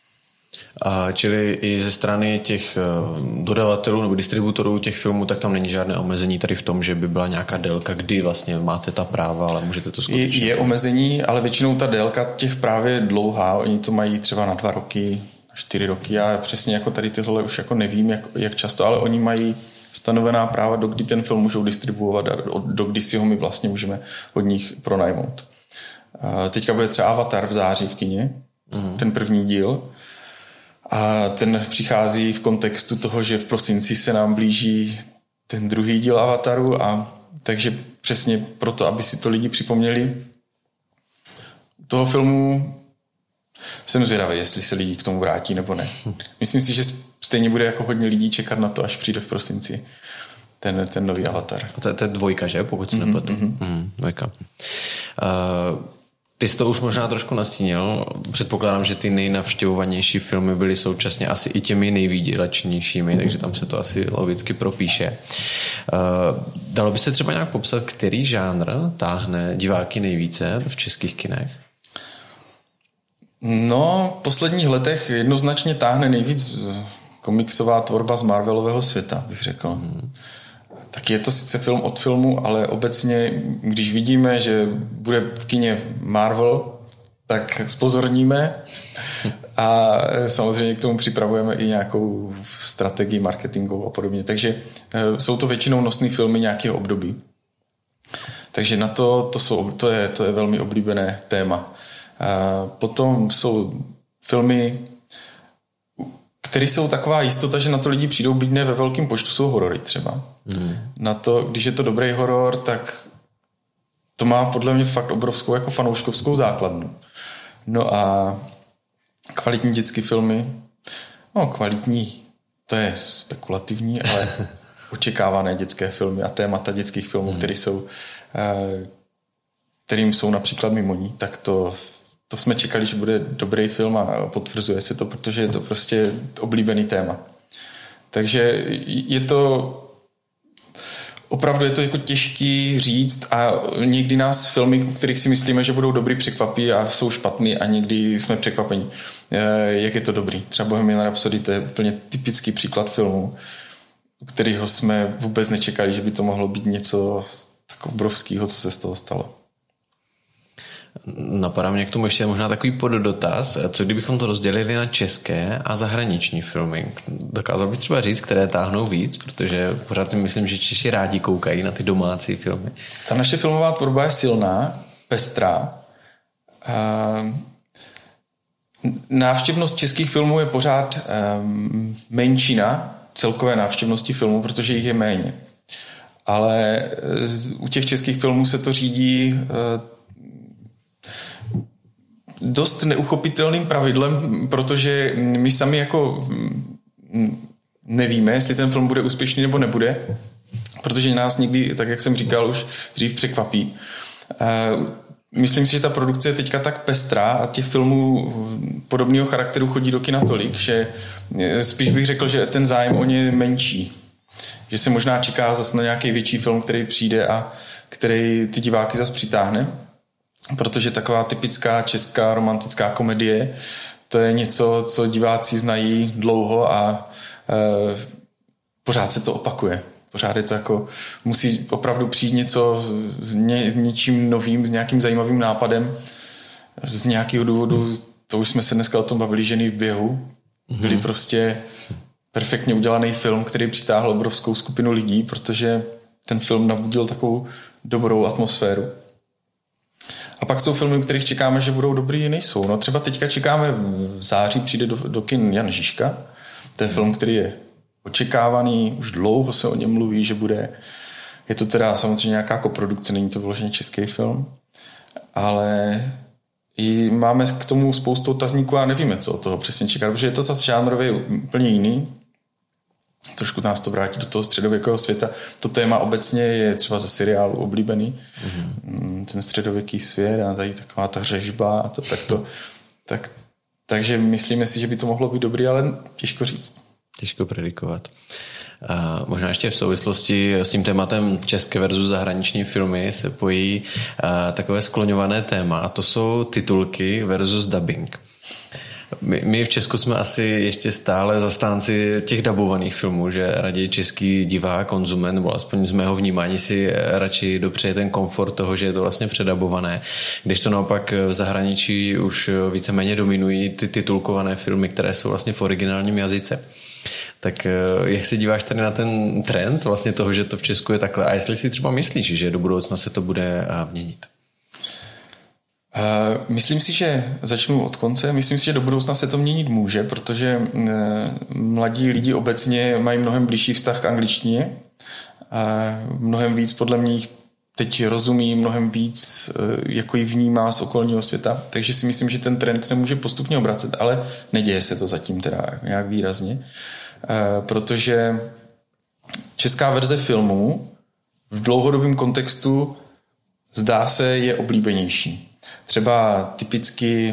A čili i ze strany těch dodavatelů nebo distributorů těch filmů, tak tam není žádné omezení tady v tom, že by byla nějaká délka, kdy vlastně máte ta práva, ale můžete to skutečně...
Je, je omezení, ale většinou ta délka těch práv je dlouhá. Oni to mají třeba na dva roky, na čtyři roky. Já přesně jako tady tyhle už jako nevím, jak, jak často, ale oni mají stanovená práva, do kdy ten film můžou distribuovat a do kdy si ho my vlastně můžeme od nich pronajmout. Teďka bude třeba Avatar v září v kině, mm. ten první díl. A ten přichází v kontextu toho, že v prosinci se nám blíží ten druhý díl Avataru a takže přesně proto, aby si to lidi připomněli. Toho filmu jsem zvědavý, jestli se lidi k tomu vrátí nebo ne. Myslím si, že stejně bude jako hodně lidí čekat na to, až přijde v prosinci ten, ten nový Avatar.
A to, to je dvojka, že? Pokud se mm-hmm, nepletu. Mm-hmm. Mm, dvojka. Uh... Ty jsi to už možná trošku nastínil. Předpokládám, že ty nejnavštěvovanější filmy byly současně asi i těmi nejvýdělečnějšími, takže tam se to asi logicky propíše. Dalo by se třeba nějak popsat, který žánr táhne diváky nejvíce v českých kinech?
No, v posledních letech jednoznačně táhne nejvíc komiksová tvorba z Marvelového světa, bych řekl. Hmm. Tak je to sice film od filmu, ale obecně, když vidíme, že bude v kině Marvel, tak zpozorníme a samozřejmě k tomu připravujeme i nějakou strategii marketingovou a podobně. Takže jsou to většinou nosné filmy nějakého období. Takže na to, to, jsou, to, je, to je velmi oblíbené téma. A potom jsou filmy, které jsou taková jistota, že na to lidi přijdou, byť ne ve velkém počtu, jsou horory třeba. Mm. Na to, když je to dobrý horor, tak to má podle mě fakt obrovskou jako fanouškovskou základnu. No a kvalitní dětské filmy, no kvalitní, to je spekulativní, ale očekávané dětské filmy a témata dětských filmů, mm. které jsou, kterým jsou například Mimoní, tak to To jsme čekali, že bude dobrý film a potvrzuje se to, protože je to prostě oblíbený téma. Takže je to opravdu je to jako těžký říct a někdy nás filmy, u kterých si myslíme, že budou dobrý, překvapí a jsou špatný a někdy jsme překvapení. Jak je to dobrý? Třeba Bohemian Rhapsody, to je úplně typický příklad filmu, u kterého jsme vůbec nečekali, že by to mohlo být něco tak obrovského, co se z toho stalo.
Napadá mě k tomu ještě možná takový poddotaz. Co kdybychom to rozdělili na české a zahraniční filmy? Dokázal bys třeba říct, které táhnou víc? Protože pořád si myslím, že Češi rádi koukají na ty domácí filmy.
Ta naše filmová tvorba je silná, pestrá. Návštěvnost českých filmů je pořád menšina celkové návštěvnosti filmů, protože jich je méně. Ale u těch českých filmů se to řídí dost neuchopitelným pravidlem, protože my sami jako nevíme, jestli ten film bude úspěšný nebo nebude, protože nás někdy, tak jak jsem říkal, už dřív překvapí. Myslím si, že ta produkce je teďka tak pestrá a těch filmů podobného charakteru chodí do kina tolik, že spíš bych řekl, že ten zájem o ně je menší. Že se možná čeká zase na nějaký větší film, který přijde a který ty diváky zase přitáhne. Protože taková typická česká romantická komedie, to je něco, co diváci znají dlouho a e, pořád se to opakuje. Pořád je to jako, musí opravdu přijít něco s, ně, s něčím novým, s nějakým zajímavým nápadem. Z nějakého důvodu, to už jsme se dneska o tom bavili, Ženy v běhu, byly mm-hmm. prostě perfektně udělaný film, který přitáhl obrovskou skupinu lidí, protože ten film nabudil takovou dobrou atmosféru. A pak jsou filmy, u kterých čekáme, že budou dobrý, nejsou. No třeba teďka čekáme, v září přijde do, do kin Jan Žižka. To je film, který je očekávaný, už dlouho se o něm mluví, že bude. Je to teda samozřejmě nějaká koprodukce, není to vyloženě český film, ale i máme k tomu spoustu otazníků a nevíme, co od toho přesně čekat, protože je to zase žánrově úplně jiný. Trošku nás to vrátí do toho středověkého světa. To téma obecně je třeba ze seriálu oblíbený. Mm-hmm. Ten středověký svět a tady taková ta řežba a to, tak to, tak, takže myslíme si, že by to mohlo být dobrý, ale těžko říct.
Těžko predikovat. A možná ještě v souvislosti s tím tématem české versus zahraniční filmy se pojí takové skloňované téma a to jsou titulky versus dubbing. My, my v Česku jsme asi ještě stále zastánci těch dabovaných filmů, že raději český divák, konzument, nebo aspoň z mého vnímání si radši dopřeje ten komfort toho, že je to vlastně předabované. Když to naopak v zahraničí už víceméně dominují ty titulkované filmy, které jsou vlastně v originálním jazyce. Tak jak se díváš tady na ten trend vlastně toho, že to v Česku je takhle a jestli si třeba myslíš, že do budoucna se to bude měnit?
Uh, myslím si, že začnu od konce. Myslím si, že do budoucna se to měnit může, protože uh, mladí lidi obecně mají mnohem blížší vztah k angličtině. Uh, mnohem víc podle mě jich teď rozumí, mnohem víc uh, jako ji vnímá z okolního světa. Takže si myslím, že ten trend se může postupně obracet, ale neděje se to zatím teda nějak výrazně. Uh, protože česká verze filmu v dlouhodobém kontextu zdá se je oblíbenější. Třeba typicky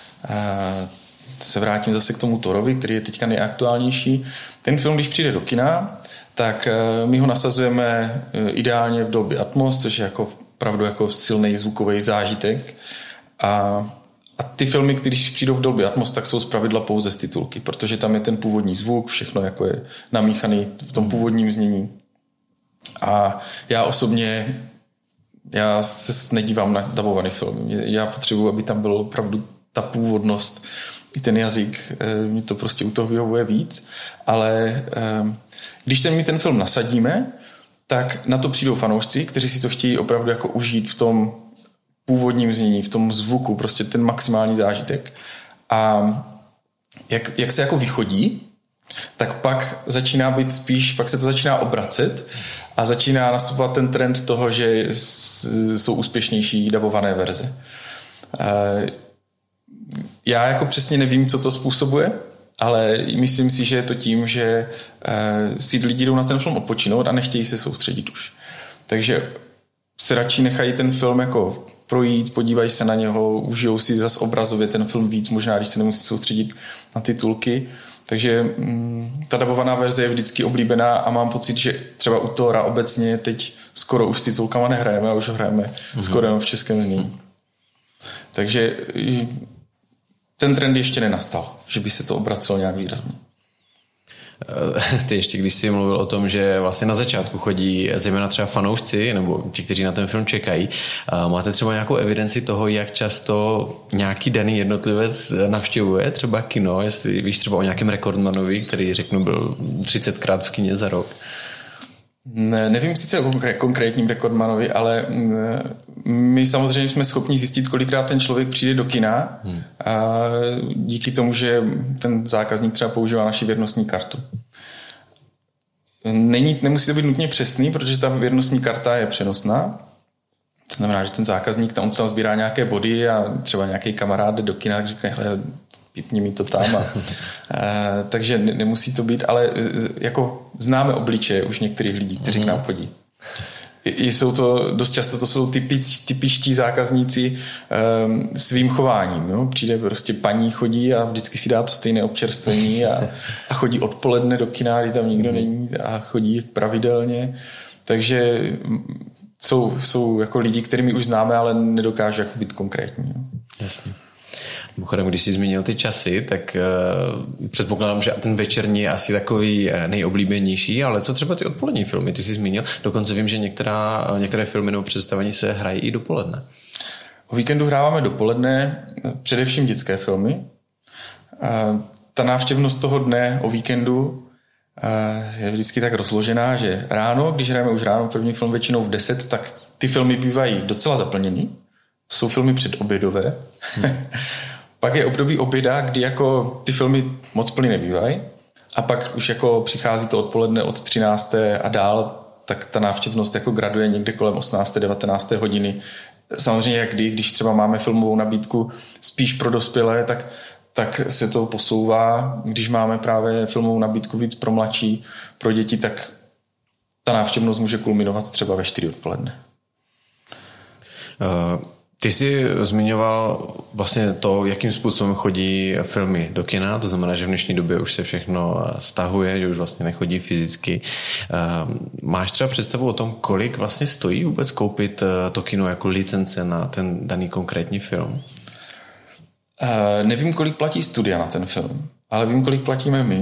se vrátím zase k tomu Thorovi, který je teďka nejaktuálnější. Ten film, když přijde do kina, tak my ho nasazujeme ideálně v Dolby Atmos, což je jako opravdu jako silný zvukový zážitek. A, a ty filmy, když přijdou v Dolby Atmos, tak jsou zpravidla pouze z titulky, protože tam je ten původní zvuk, všechno jako je namíchaný v tom původním znění. A já osobně Já se nedívám na dabovaný film. Já potřebuji, aby tam byla opravdu ta původnost i ten jazyk. Mě to prostě u toho vyhovuje víc. Ale když se mi ten film nasadíme, tak na to přijdou fanoušci, kteří si to chtějí opravdu jako užít v tom původním znění, v tom zvuku, prostě ten maximální zážitek. A jak, jak se jako vychodí, tak pak začíná být spíš, pak se to začíná obracet a začíná nastupovat ten trend toho, že jsou úspěšnější dabované verze. Já jako přesně nevím, co to způsobuje, ale myslím si, že je to tím, že si lidi jdou na ten film odpočinout a nechtějí se soustředit už. Takže se radši nechají ten film jako projít, podívají se na něho, užijou si zas obrazově ten film víc, možná když se nemusí soustředit na titulky. Takže mm, ta dabovaná verze je vždycky oblíbená a mám pocit, že třeba u Thora obecně teď skoro už s titulkama nehrajeme a už ho hrajeme mm-hmm. skoro jenom v českém znění. Mm-hmm. Takže ten trend ještě nenastal, že by se to obracelo nějak výrazně.
Ty ještě, když jsi mluvil o tom, že vlastně na začátku chodí zejména třeba fanoušci nebo ti, kteří na ten film čekají, máte třeba nějakou evidenci toho, jak často nějaký daný jednotlivec navštěvuje třeba kino, jestli víš třeba o nějakém rekordmanovi, který řeknu byl třicetkrát v kině za rok?
Ne, nevím sice o konkrétním rekordmanovi, ale my samozřejmě jsme schopni zjistit, kolikrát ten člověk přijde do kina hmm. a díky tomu, že ten zákazník třeba používá naši věrnostní kartu. Není, nemusí to být nutně přesný, protože ta věrnostní karta je přenosná. To znamená, že ten zákazník tam, on tam sbírá nějaké body a třeba nějaký kamarád jde do kina a řekne, hele, pipni mi to tam. A, a, takže ne, nemusí to být, ale z, jako známe obličeje už některých lidí, kteří mm. k nám chodí. I, I jsou to, dost často to jsou typič, typičtí zákazníci um, svým chováním. Jo? Přijde prostě paní chodí a vždycky si dá to stejné občerstvení a, a chodí odpoledne do kina, kdy tam nikdo není a chodí pravidelně. Takže jsou, jsou jako lidi, kterými už známe, ale nedokážu jako být konkrétní. Jo?
Jasně. Mimochodem, když jsi zmínil ty časy, tak uh, předpokládám, že ten večerní je asi takový nejoblíbenější, ale co třeba ty odpolední filmy, ty jsi zmínil, dokonce vím, že některá, některé filmy nebo představení se hrají i dopoledne.
O víkendu hráváme dopoledne především dětské filmy. Uh, ta návštěvnost toho dne o víkendu je vždycky tak rozložená, že ráno, když hrajeme už ráno první film většinou v deset, tak ty filmy bývají docela zaplněný. Jsou filmy předobědové. Hmm. Pak je období oběda, kdy jako ty filmy moc plný nebývají. A pak už jako přichází to odpoledne od třinácté a dál, tak ta návštěvnost jako graduje někde kolem osmnácté devatenácté hodiny. Samozřejmě jak kdy, když třeba máme filmovou nabídku spíš pro dospělé, tak, tak se to posouvá. Když máme právě filmovou nabídku víc pro mladší, pro děti, tak ta návštěvnost může kulminovat třeba ve čtyři odpoledne.
Uh... Ty jsi zmiňoval vlastně to, jakým způsobem chodí filmy do kina, to znamená, že v dnešní době už se všechno stahuje, že už vlastně nechodí fyzicky. Máš třeba představu o tom, kolik vlastně stojí vůbec koupit to kino jako licence na ten daný konkrétní film?
Uh, nevím, kolik platí studia na ten film, ale vím, kolik platíme my.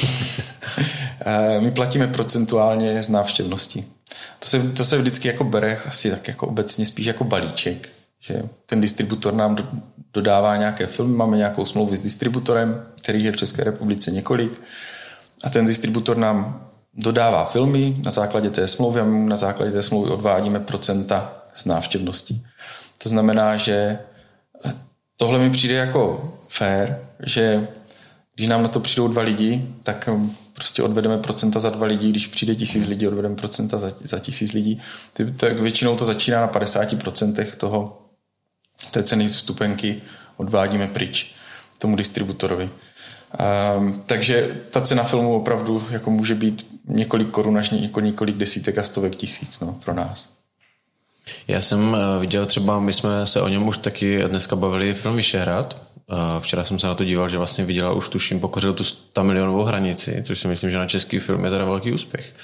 uh, my platíme procentuálně z návštěvnosti. To se, to se vždycky jako bere asi tak jako obecně spíš jako balíček, že ten distributor nám dodává nějaké filmy, máme nějakou smlouvu s distributorem, který je v České republice několik, a ten distributor nám dodává filmy na základě té smlouvy a my na základě té smlouvy odvádíme procenta z návštěvnosti. To znamená, že tohle mi přijde jako fair, že když nám na to přijdou dva lidi, tak prostě odvedeme procenta za dva lidi, když přijde tisíc lidí, odvedeme procenta za, za tisíc lidí. Tak většinou to začíná na padesát procent toho té ceny vstupenky odvádíme pryč tomu distributorovi. Um, takže ta cena filmu opravdu jako může být několik korun až několik, několik desítek a stovek tisíc, no, pro nás.
Já jsem viděl třeba, my jsme se o něm už taky dneska bavili, film Vyšehrad. Včera jsem se na to díval, že vlastně viděla, už tuším, pokořil tu sto milionovou hranici, což si myslím, že na český film je teda velký úspěch.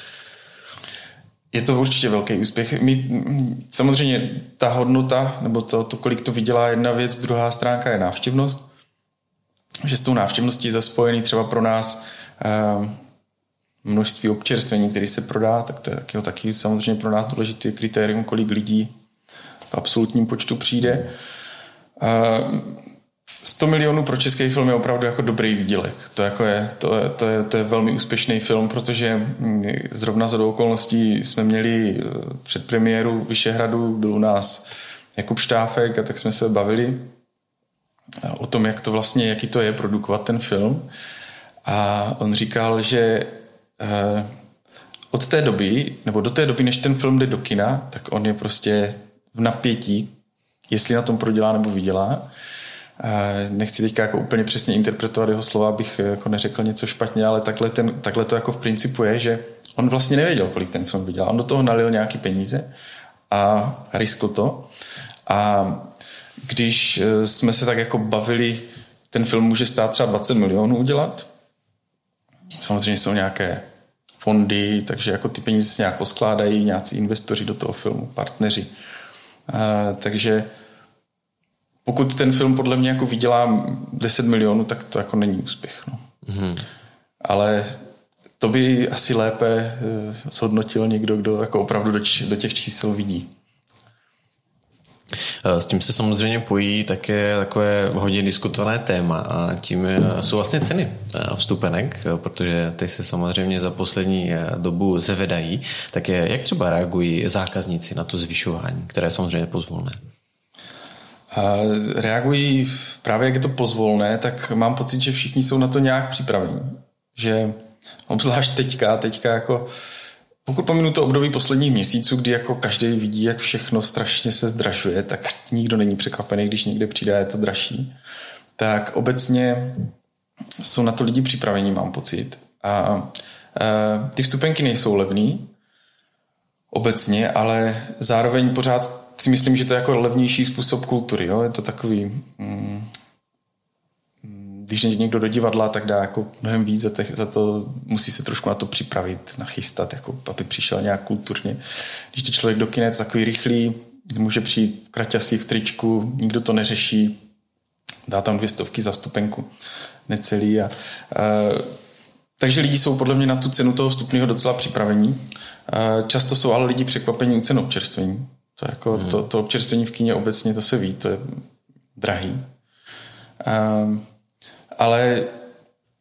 Je to určitě velký úspěch. My, samozřejmě ta hodnota, nebo to, to, kolik to vydělá, jedna věc, druhá stránka je návštěvnost. Že s tou návštěvností je zaspojený třeba pro nás eh, množství občerstvení, který se prodá, tak to je taky, taky samozřejmě pro nás důležité kritérium, kolik lidí v absolutním počtu přijde. Eh, sto milionů pro český film je opravdu jako dobrý výdělek. To, jako je, to, je, to, je, to je velmi úspěšný film, protože zrovna z okolností jsme měli předpremiéru Vyšehradu, byl u nás Jakub Štáfek, a tak jsme se bavili o tom, jak to vlastně, jaký to je produkovat ten film. A on říkal, že od té doby, nebo do té doby, než ten film jde do kina, tak on je prostě v napětí, jestli na tom prodělá nebo vydělá. Nechci teďka jako úplně přesně interpretovat jeho slova, abych jako neřekl něco špatně, ale takhle, ten, takhle to jako v principu je, že on vlastně nevěděl, kolik ten film vydělal. On do toho nalil nějaký peníze a riskl to. A když jsme se tak jako bavili, ten film může stát třeba dvacet milionů udělat. Samozřejmě jsou nějaké fondy, takže jako ty peníze se nějak poskládají, nějací investoři do toho filmu, partneři. A, takže pokud ten film podle mě jako vydělá deset milionů, tak to jako není úspěch. No. Mm. Ale to by asi lépe zhodnotil někdo, kdo jako opravdu do, č- do těch čísel vidí.
S tím se samozřejmě pojí také takové hodně diskutované téma a tím jsou vlastně ceny vstupenek, protože ty se samozřejmě za poslední dobu zvedají. Tak je, jak třeba reagují zákazníci na to zvyšování, které je samozřejmě pozvolné?
A reagují právě, jak je to pozvolné, tak mám pocit, že všichni jsou na to nějak připraveni. Že obzvlášť teďka, teďka jako pokud pominu to období posledních měsíců, kdy jako každý vidí, jak všechno strašně se zdražuje, tak nikdo není překvapený, když někde přijde a je to dražší. Tak obecně jsou na to lidi připraveni, mám pocit. A, a ty vstupenky nejsou levný obecně, ale zároveň pořád si myslím, že to je jako levnější způsob kultury. Jo? Je to takový... Mm, když někdo do divadla, tak dá jako mnohem víc za, te, za to, musí se trošku na to připravit, nachystat, jako aby přišel nějak kulturně. Když je člověk do kina, je to takový rychlý, může přijít v kraťasi, v tričku, nikdo to neřeší, dá tam dvě stovky za vstupenku, necelý. A, a, takže lidi jsou podle mě na tu cenu toho vstupného docela připravení. A často jsou ale lidi překvapení u cen občerstvení. To, jako, hmm. to, to občerstvení v kině obecně, to se ví, to je drahý. A, ale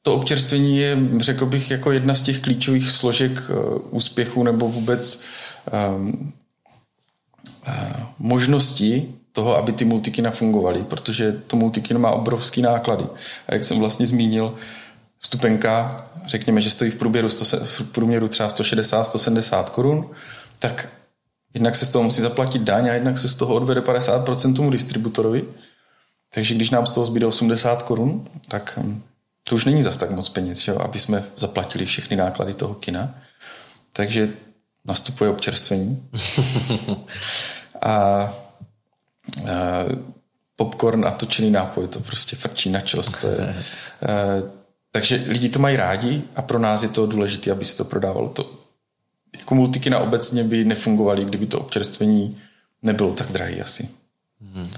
to občerstvení je, řekl bych, jako jedna z těch klíčových složek úspěchu nebo vůbec um, uh, možností toho, aby ty multikina fungovaly, protože to multikino má obrovský náklady. A jak jsem vlastně zmínil, vstupenka, řekněme, že stojí v průměru, v průměru třeba sto šedesát až sto sedmdesát korun, tak jednak se z toho musí zaplatit daň a jednak se z toho odvede padesát procent tomu distributorovi. Takže když nám z toho zbyde osmdesát korun, tak to už není zas tak moc peněz, že jo, aby jsme zaplatili všechny náklady toho kina. Takže nastupuje občerstvení. a, a popcorn a točený nápoj, to prostě frčí na čos. To je, a, takže lidi to mají rádi a pro nás je to důležité, aby se to prodávalo. To, jako multikina obecně by nefungovaly, kdyby to občerstvení nebylo tak drahý asi.
Hmm.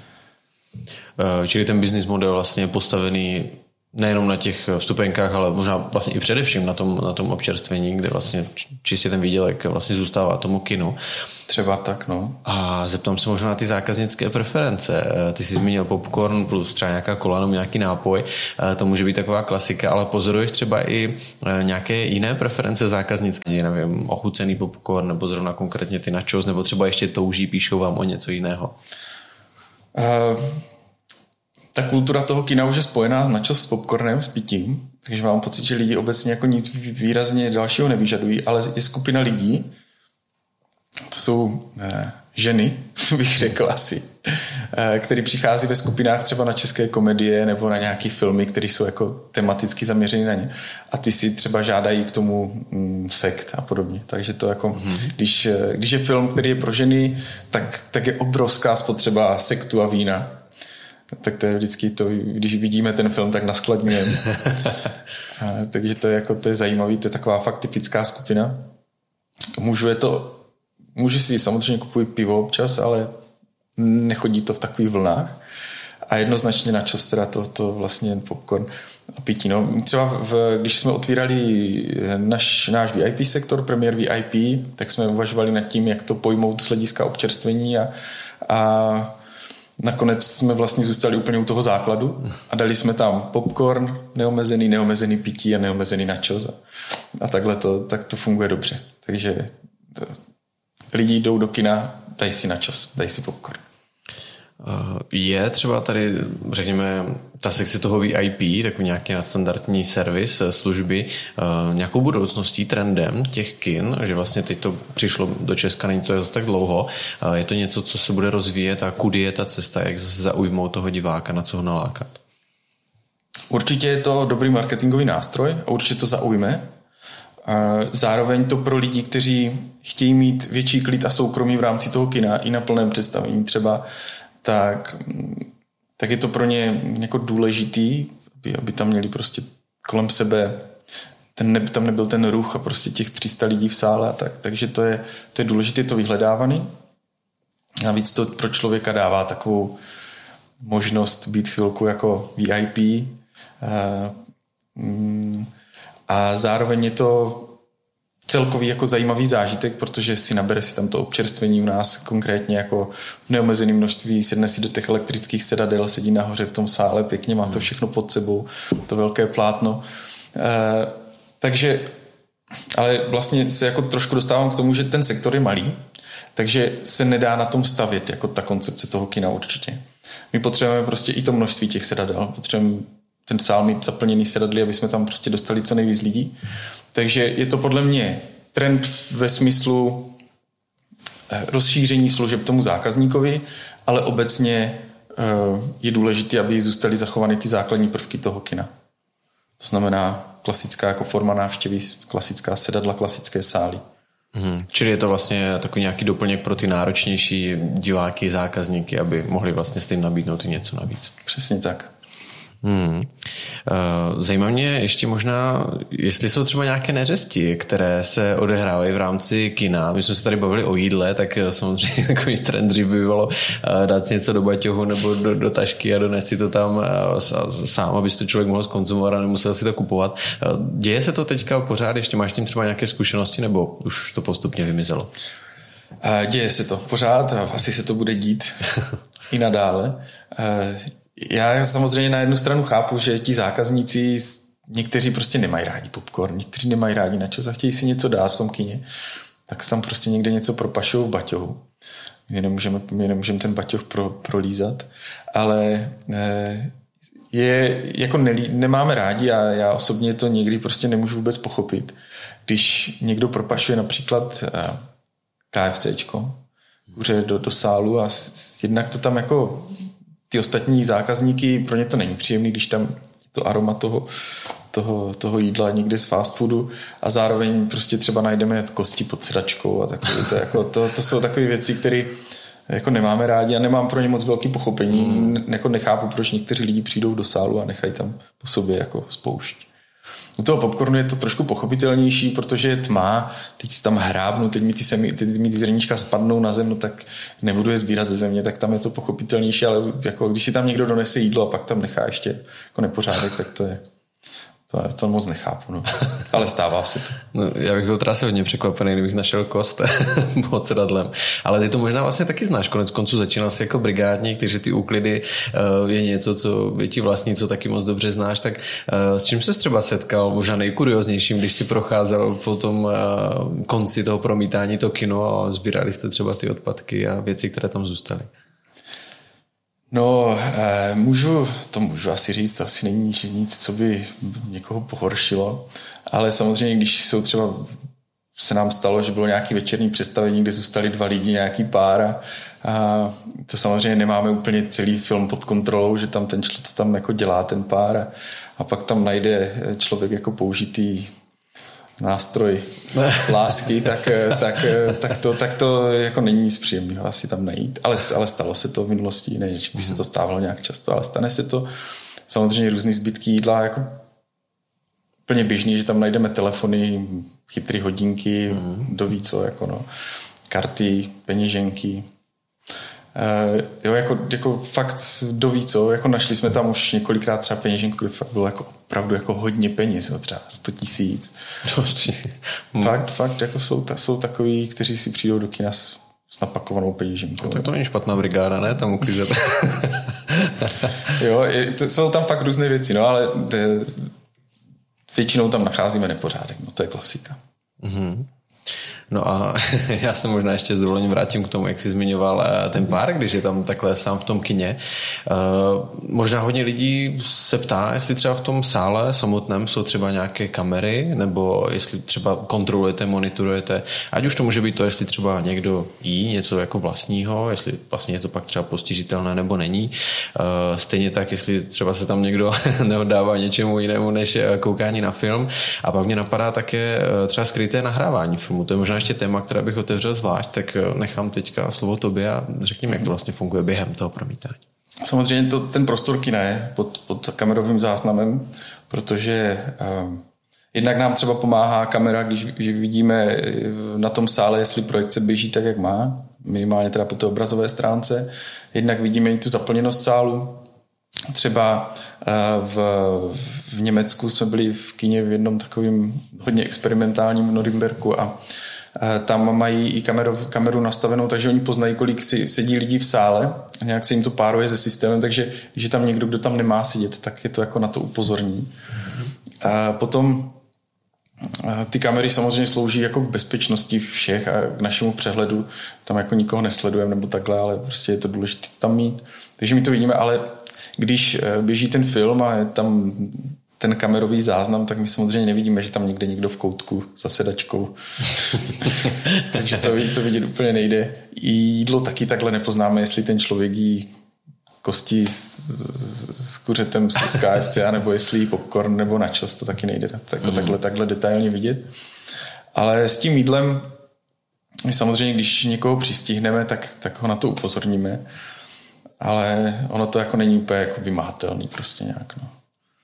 Čili ten business model vlastně je postavený nejenom na těch vstupenkách, ale možná vlastně i především na tom, na tom občerstvení, kde vlastně čistě ten výdělek vlastně zůstává tomu kinu.
Třeba tak, no.
A zeptám se možná na ty zákaznické preference. Ty jsi zmínil popcorn plus třeba nějaká kola nebo nějaký nápoj. To může být taková klasika, ale pozoruješ třeba i nějaké jiné preference zákaznické, nevím, ochucený popcorn nebo zrovna konkrétně ty nachos, nebo třeba ještě touží, píšou vám o něco jiného?
Uh... Ta kultura toho kina už je spojená s nachos, s popcornem, s pitím, takže mám pocit, že lidi obecně jako nic výrazně dalšího nevyžadují, ale je skupina lidí, to jsou eh, ženy, bych řekl asi, eh, který přichází ve skupinách třeba na české komedie nebo na nějaké filmy, které jsou jako tematicky zaměřené na ně. A ty si třeba žádají k tomu mm, sekt a podobně. Takže to jako, mm-hmm. když, když je film, který je pro ženy, tak, tak je obrovská spotřeba sektu a vína. Tak to je vždycky to, když vidíme ten film, tak naskladňujeme. Takže to je, jako, to je zajímavý, to je taková fakt typická skupina. Mužů je to, muži si samozřejmě kupují pivo občas, ale nechodí to v takových vlnách. A jednoznačně na čas teda to, to vlastně popcorn a pití. No, třeba v, když jsme otvírali naš, náš V I P sektor, Premier V I P, tak jsme uvažovali nad tím, jak to pojmout z hlediska občerstvení a, a nakonec jsme vlastně zůstali úplně u toho základu a dali jsme tam popcorn, neomezený, neomezený pití a neomezený nachos. A takhle to, tak to funguje dobře. Takže to, lidi jdou do kina, dají si nachos, dají si popcorn.
Je třeba tady, řekněme, ta sekce toho V I P, takový nějaký nadstandardní servis, služby, nějakou budoucností, trendem těch kin, že vlastně teď to přišlo do Česka, není to zase tak dlouho. Je to něco, co se bude rozvíjet a kudy je ta cesta, jak zase zaujmout toho diváka, na co ho nalákat?
Určitě je to dobrý marketingový nástroj a určitě to zaujme. Zároveň to pro lidi, kteří chtějí mít větší klid a soukromí v rámci toho kina i na plném představení třeba, tak, tak je to pro ně jako důležitý, aby, aby tam měli prostě kolem sebe, ten, ne, tam nebyl ten ruch a prostě těch tři sta lidí v sále a tak, takže to je, to je důležité, to vyhledávaný. Navíc to pro člověka dává takovou možnost být chvilku jako V I P a, a zároveň je to celkový jako zajímavý zážitek, protože si nabere si tam to občerstvení u nás konkrétně jako v neomezeném množství, sedne si do těch elektrických sedadel, sedí nahoře v tom sále, pěkně má to všechno pod sebou, to velké plátno. E, takže, ale vlastně se jako trošku dostávám k tomu, že ten sektor je malý, takže se nedá na tom stavět jako ta koncepce toho kina určitě. My potřebujeme prostě i to množství těch sedadel, potřebujeme ten sál mít zaplněný sedadly, aby jsme tam prostě dostali co nejvíc lidí. Takže je to podle mě trend ve smyslu rozšíření služeb tomu zákazníkovi, ale obecně je důležité, aby zůstaly zachovány ty základní prvky toho kina. To znamená klasická jako forma návštěvy, klasická sedadla, klasické sály.
Hmm, čili je to vlastně takový nějaký doplněk pro ty náročnější diváky, zákazníky, aby mohli vlastně s tím nabídnout i něco navíc.
Přesně tak.
Hmm. Zajímá mě ještě možná, jestli jsou třeba nějaké neřesti, které se odehrávají v rámci kina. My jsme se tady bavili o jídle, tak samozřejmě takový trend dřív by bylo dát si něco do baťohu nebo do, do tašky a donést si to tam sám, aby si to člověk mohl zkonzumovat a nemusel si to kupovat. Děje se to teďka pořád? Ještě máš s tím třeba nějaké zkušenosti nebo už to postupně vymizelo?
Děje se to pořád a asi se to bude dít i nadále. Já samozřejmě na jednu stranu chápu, že ti zákazníci někteří prostě nemají rádi popcorn, někteří nemají rádi načos a chtějí si něco dát v tom kině, tak tam prostě někde něco propašují v baťohu. My nemůžeme, my nemůžeme ten baťoh pro, prolízat, ale eh, je, jako nelí, nemáme rádi a já osobně to někdy prostě nemůžu vůbec pochopit, když někdo propašuje například eh, KFCčko, kuře do, do sálu a jednak to tam jako ty ostatní zákazníky, pro ně to není příjemný, když tam to aroma toho, toho, toho jídla někde z fast foodu a zároveň prostě třeba najdeme kosti pod sedačkou a takové to, jako, to, to jsou takové věci, které jako nemáme rádi a nemám pro ně moc velký pochopení. Mm. Jako nechápu, proč někteří lidi přijdou do sálu a nechají tam po sobě jako spoušť. U toho popcornu je to trošku pochopitelnější, protože je tma, teď si tam hrábnu, teď mi ty, semi, teď mi ty zrníčka spadnou na zem, no tak nebudu je sbírat ze země, tak tam je to pochopitelnější, ale jako když si tam někdo donese jídlo a pak tam nechá ještě jako nepořádek, tak to je To, to moc nechápu, no. Ale stává se to.
No, já bych byl teda asi hodně překvapený, kdybych našel kost pod sedadlem. Ale ty to možná vlastně taky znáš. Konec konců začínal jsi jako brigádník, takže ty úklidy uh, je něco, co je ti vlastní, co taky moc dobře znáš. Tak uh, s čím ses třeba setkal? Možná nejkurioznějším, když jsi procházel po tom uh, konci toho promítání to kino a sbírali jste třeba ty odpadky a věci, které tam zůstaly.
No, můžu, to můžu asi říct, asi není nic, co by někoho pohoršilo, ale samozřejmě, když jsou třeba, se nám stalo, že bylo nějaké večerní představení, kde zůstali dva lidi, nějaký pár a, a to samozřejmě nemáme úplně celý film pod kontrolou, že tam ten člověk, co tam jako dělá ten pár a, a pak tam najde člověk jako použitý nástroj lásky, tak, tak, tak, to, tak to jako není nic příjemného asi tam najít. Ale, ale stalo se to v minulosti, ne, že by se to stávalo nějak často, ale stane se to. Samozřejmě různý zbytky jídla, jako plně běžný, že tam najdeme telefony, chytrý hodinky, mm. kdo ví co, jako no, karty, peněženky. Uh, jo, jako, jako fakt kdo ví co, jako našli jsme tam už několikrát třeba peněženku, kde fakt bylo jako opravdu jako hodně peněz, jo, třeba sto tisíc. hmm. Fakt, fakt, jako jsou, ta, jsou takový, kteří si přijdou do kina s, s napakovanou peněženkou.
No, tak to není špatná brigáda, ne? Tam uklízet.
Jo, je, to, jsou tam fakt různé věci, no, ale de, většinou tam nacházíme nepořádek, no, to je klasika.
Mhm. No a já se možná ještě s dovolením vrátím k tomu, jak jsi zmiňoval ten pár, když je tam takhle sám v tom kině. Možná hodně lidí se ptá, jestli třeba v tom sále samotném jsou třeba nějaké kamery, nebo jestli třeba kontrolujete, monitorujete, ať už to může být to, jestli třeba někdo jí něco jako vlastního, jestli vlastně je to pak třeba postižitelné nebo není. Stejně tak, jestli třeba se tam někdo neoddává něčemu jinému než koukání na film. A pak mě napadá také třeba skryté nahrávání filmu. To je možná ještě téma, které bych otevřel zvlášť, tak nechám teďka slovo tobě a řekněme, jak to vlastně funguje během toho promítání.
Samozřejmě to, ten prostor kina je pod, pod kamerovým záznamem, protože uh, jednak nám třeba pomáhá kamera, když, když vidíme na tom sále, jestli projekce běží tak, jak má, minimálně teda po té obrazové stránce, jednak vidíme i tu zaplněnost sálu. Třeba uh, v, v Německu jsme byli v kině v jednom takovým hodně experimentálním Norimberku a tam mají i kameru, kameru nastavenou, takže oni poznají, kolik si sedí lidí v sále a nějak se jim to páruje se systémem, takže když je tam někdo, kdo tam nemá sedět, tak je to jako na to upozorní. A potom ty kamery samozřejmě slouží jako k bezpečnosti všech a k našemu přehledu. Tam jako nikoho nesledujeme nebo takhle, ale prostě je to důležité tam mít. Takže my to vidíme, ale když běží ten film a je tam ten kamerový záznam, tak my samozřejmě nevidíme, že tam někde někdo v koutku za sedačkou. Takže to, to vidět úplně nejde. I jídlo taky takhle nepoznáme, jestli ten člověk jí kosti s, s kuřetem z K F C, nebo jestli jí popcorn nebo načos, to taky nejde tak, mm. takhle, takhle detailně vidět. Ale s tím jídlem, my samozřejmě, když někoho přistihneme, tak, tak ho na to upozorníme. Ale ono to jako není úplně jako vymahatelný prostě nějak, no.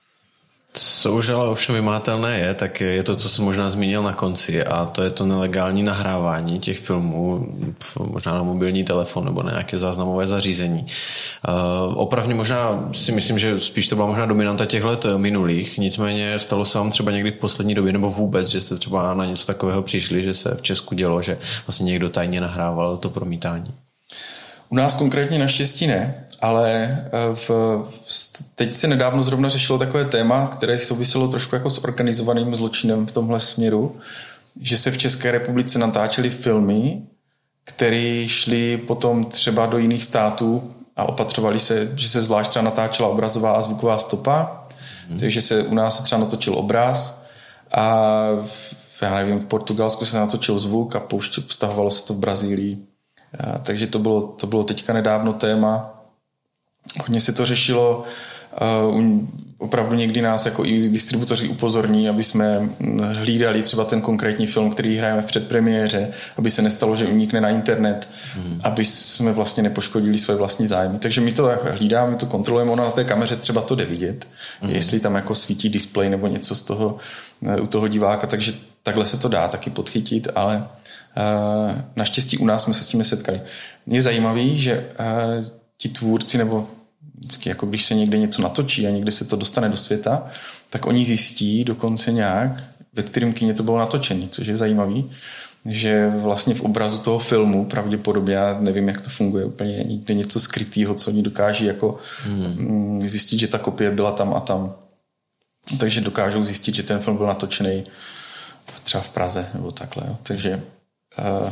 Co už ale ovšem vymahatelné je, tak je to, co jsem možná zmínil na konci, a to je to nelegální nahrávání těch filmů, možná na mobilní telefon nebo na nějaké záznamové zařízení. Uh, opravdu možná si myslím, že spíš to byla možná dominanta těch let minulých, nicméně stalo se vám třeba někdy v poslední době nebo vůbec, že jste třeba na něco takového přišli, že se v Česku dělo, že vlastně někdo tajně nahrával to promítání.
U nás konkrétně naštěstí ne, ale v, teď se nedávno zrovna řešilo takové téma, které souviselo trošku jako s organizovaným zločinem v tomhle směru, že se v České republice natáčely filmy, které šly potom třeba do jiných států a opatřovali se, že se zvlášť třeba natáčela obrazová a zvuková stopa, hmm. takže se u nás se třeba natočil obraz a já nevím, v Portugalsku se natočil zvuk a pouště, vztahovalo se to v Brazílii. A, takže to bylo, to bylo teďka nedávno téma. Hodně se to řešilo. Uh, opravdu někdy nás jako i distributoři upozorní, aby jsme hlídali třeba ten konkrétní film, který hrajeme v předpremiéře, aby se nestalo, že unikne na internet, hmm. aby jsme vlastně nepoškodili své vlastní zájmy. Takže my to hlídáme, my to kontrolujeme, ono na té kameře třeba to jde vidět, hmm. jestli tam jako svítí displej nebo něco z toho u toho diváka, takže takhle se to dá taky podchytit, ale uh, naštěstí u nás jsme se s tím nesetkali. Je zajímavý, že uh, ti tvůrci nebo vždycky jako když se někde něco natočí a někde se to dostane do světa, tak oni zjistí dokonce nějak, ve kterém kině to bylo natočené, což je zajímavý, že vlastně v obrazu toho filmu pravděpodobně, já nevím, jak to funguje, úplně někde něco skrytého, co oni dokáží jako hmm. zjistit, že ta kopie byla tam a tam. Takže dokážou zjistit, že ten film byl natočený třeba v Praze nebo takhle. Jo. Takže uh,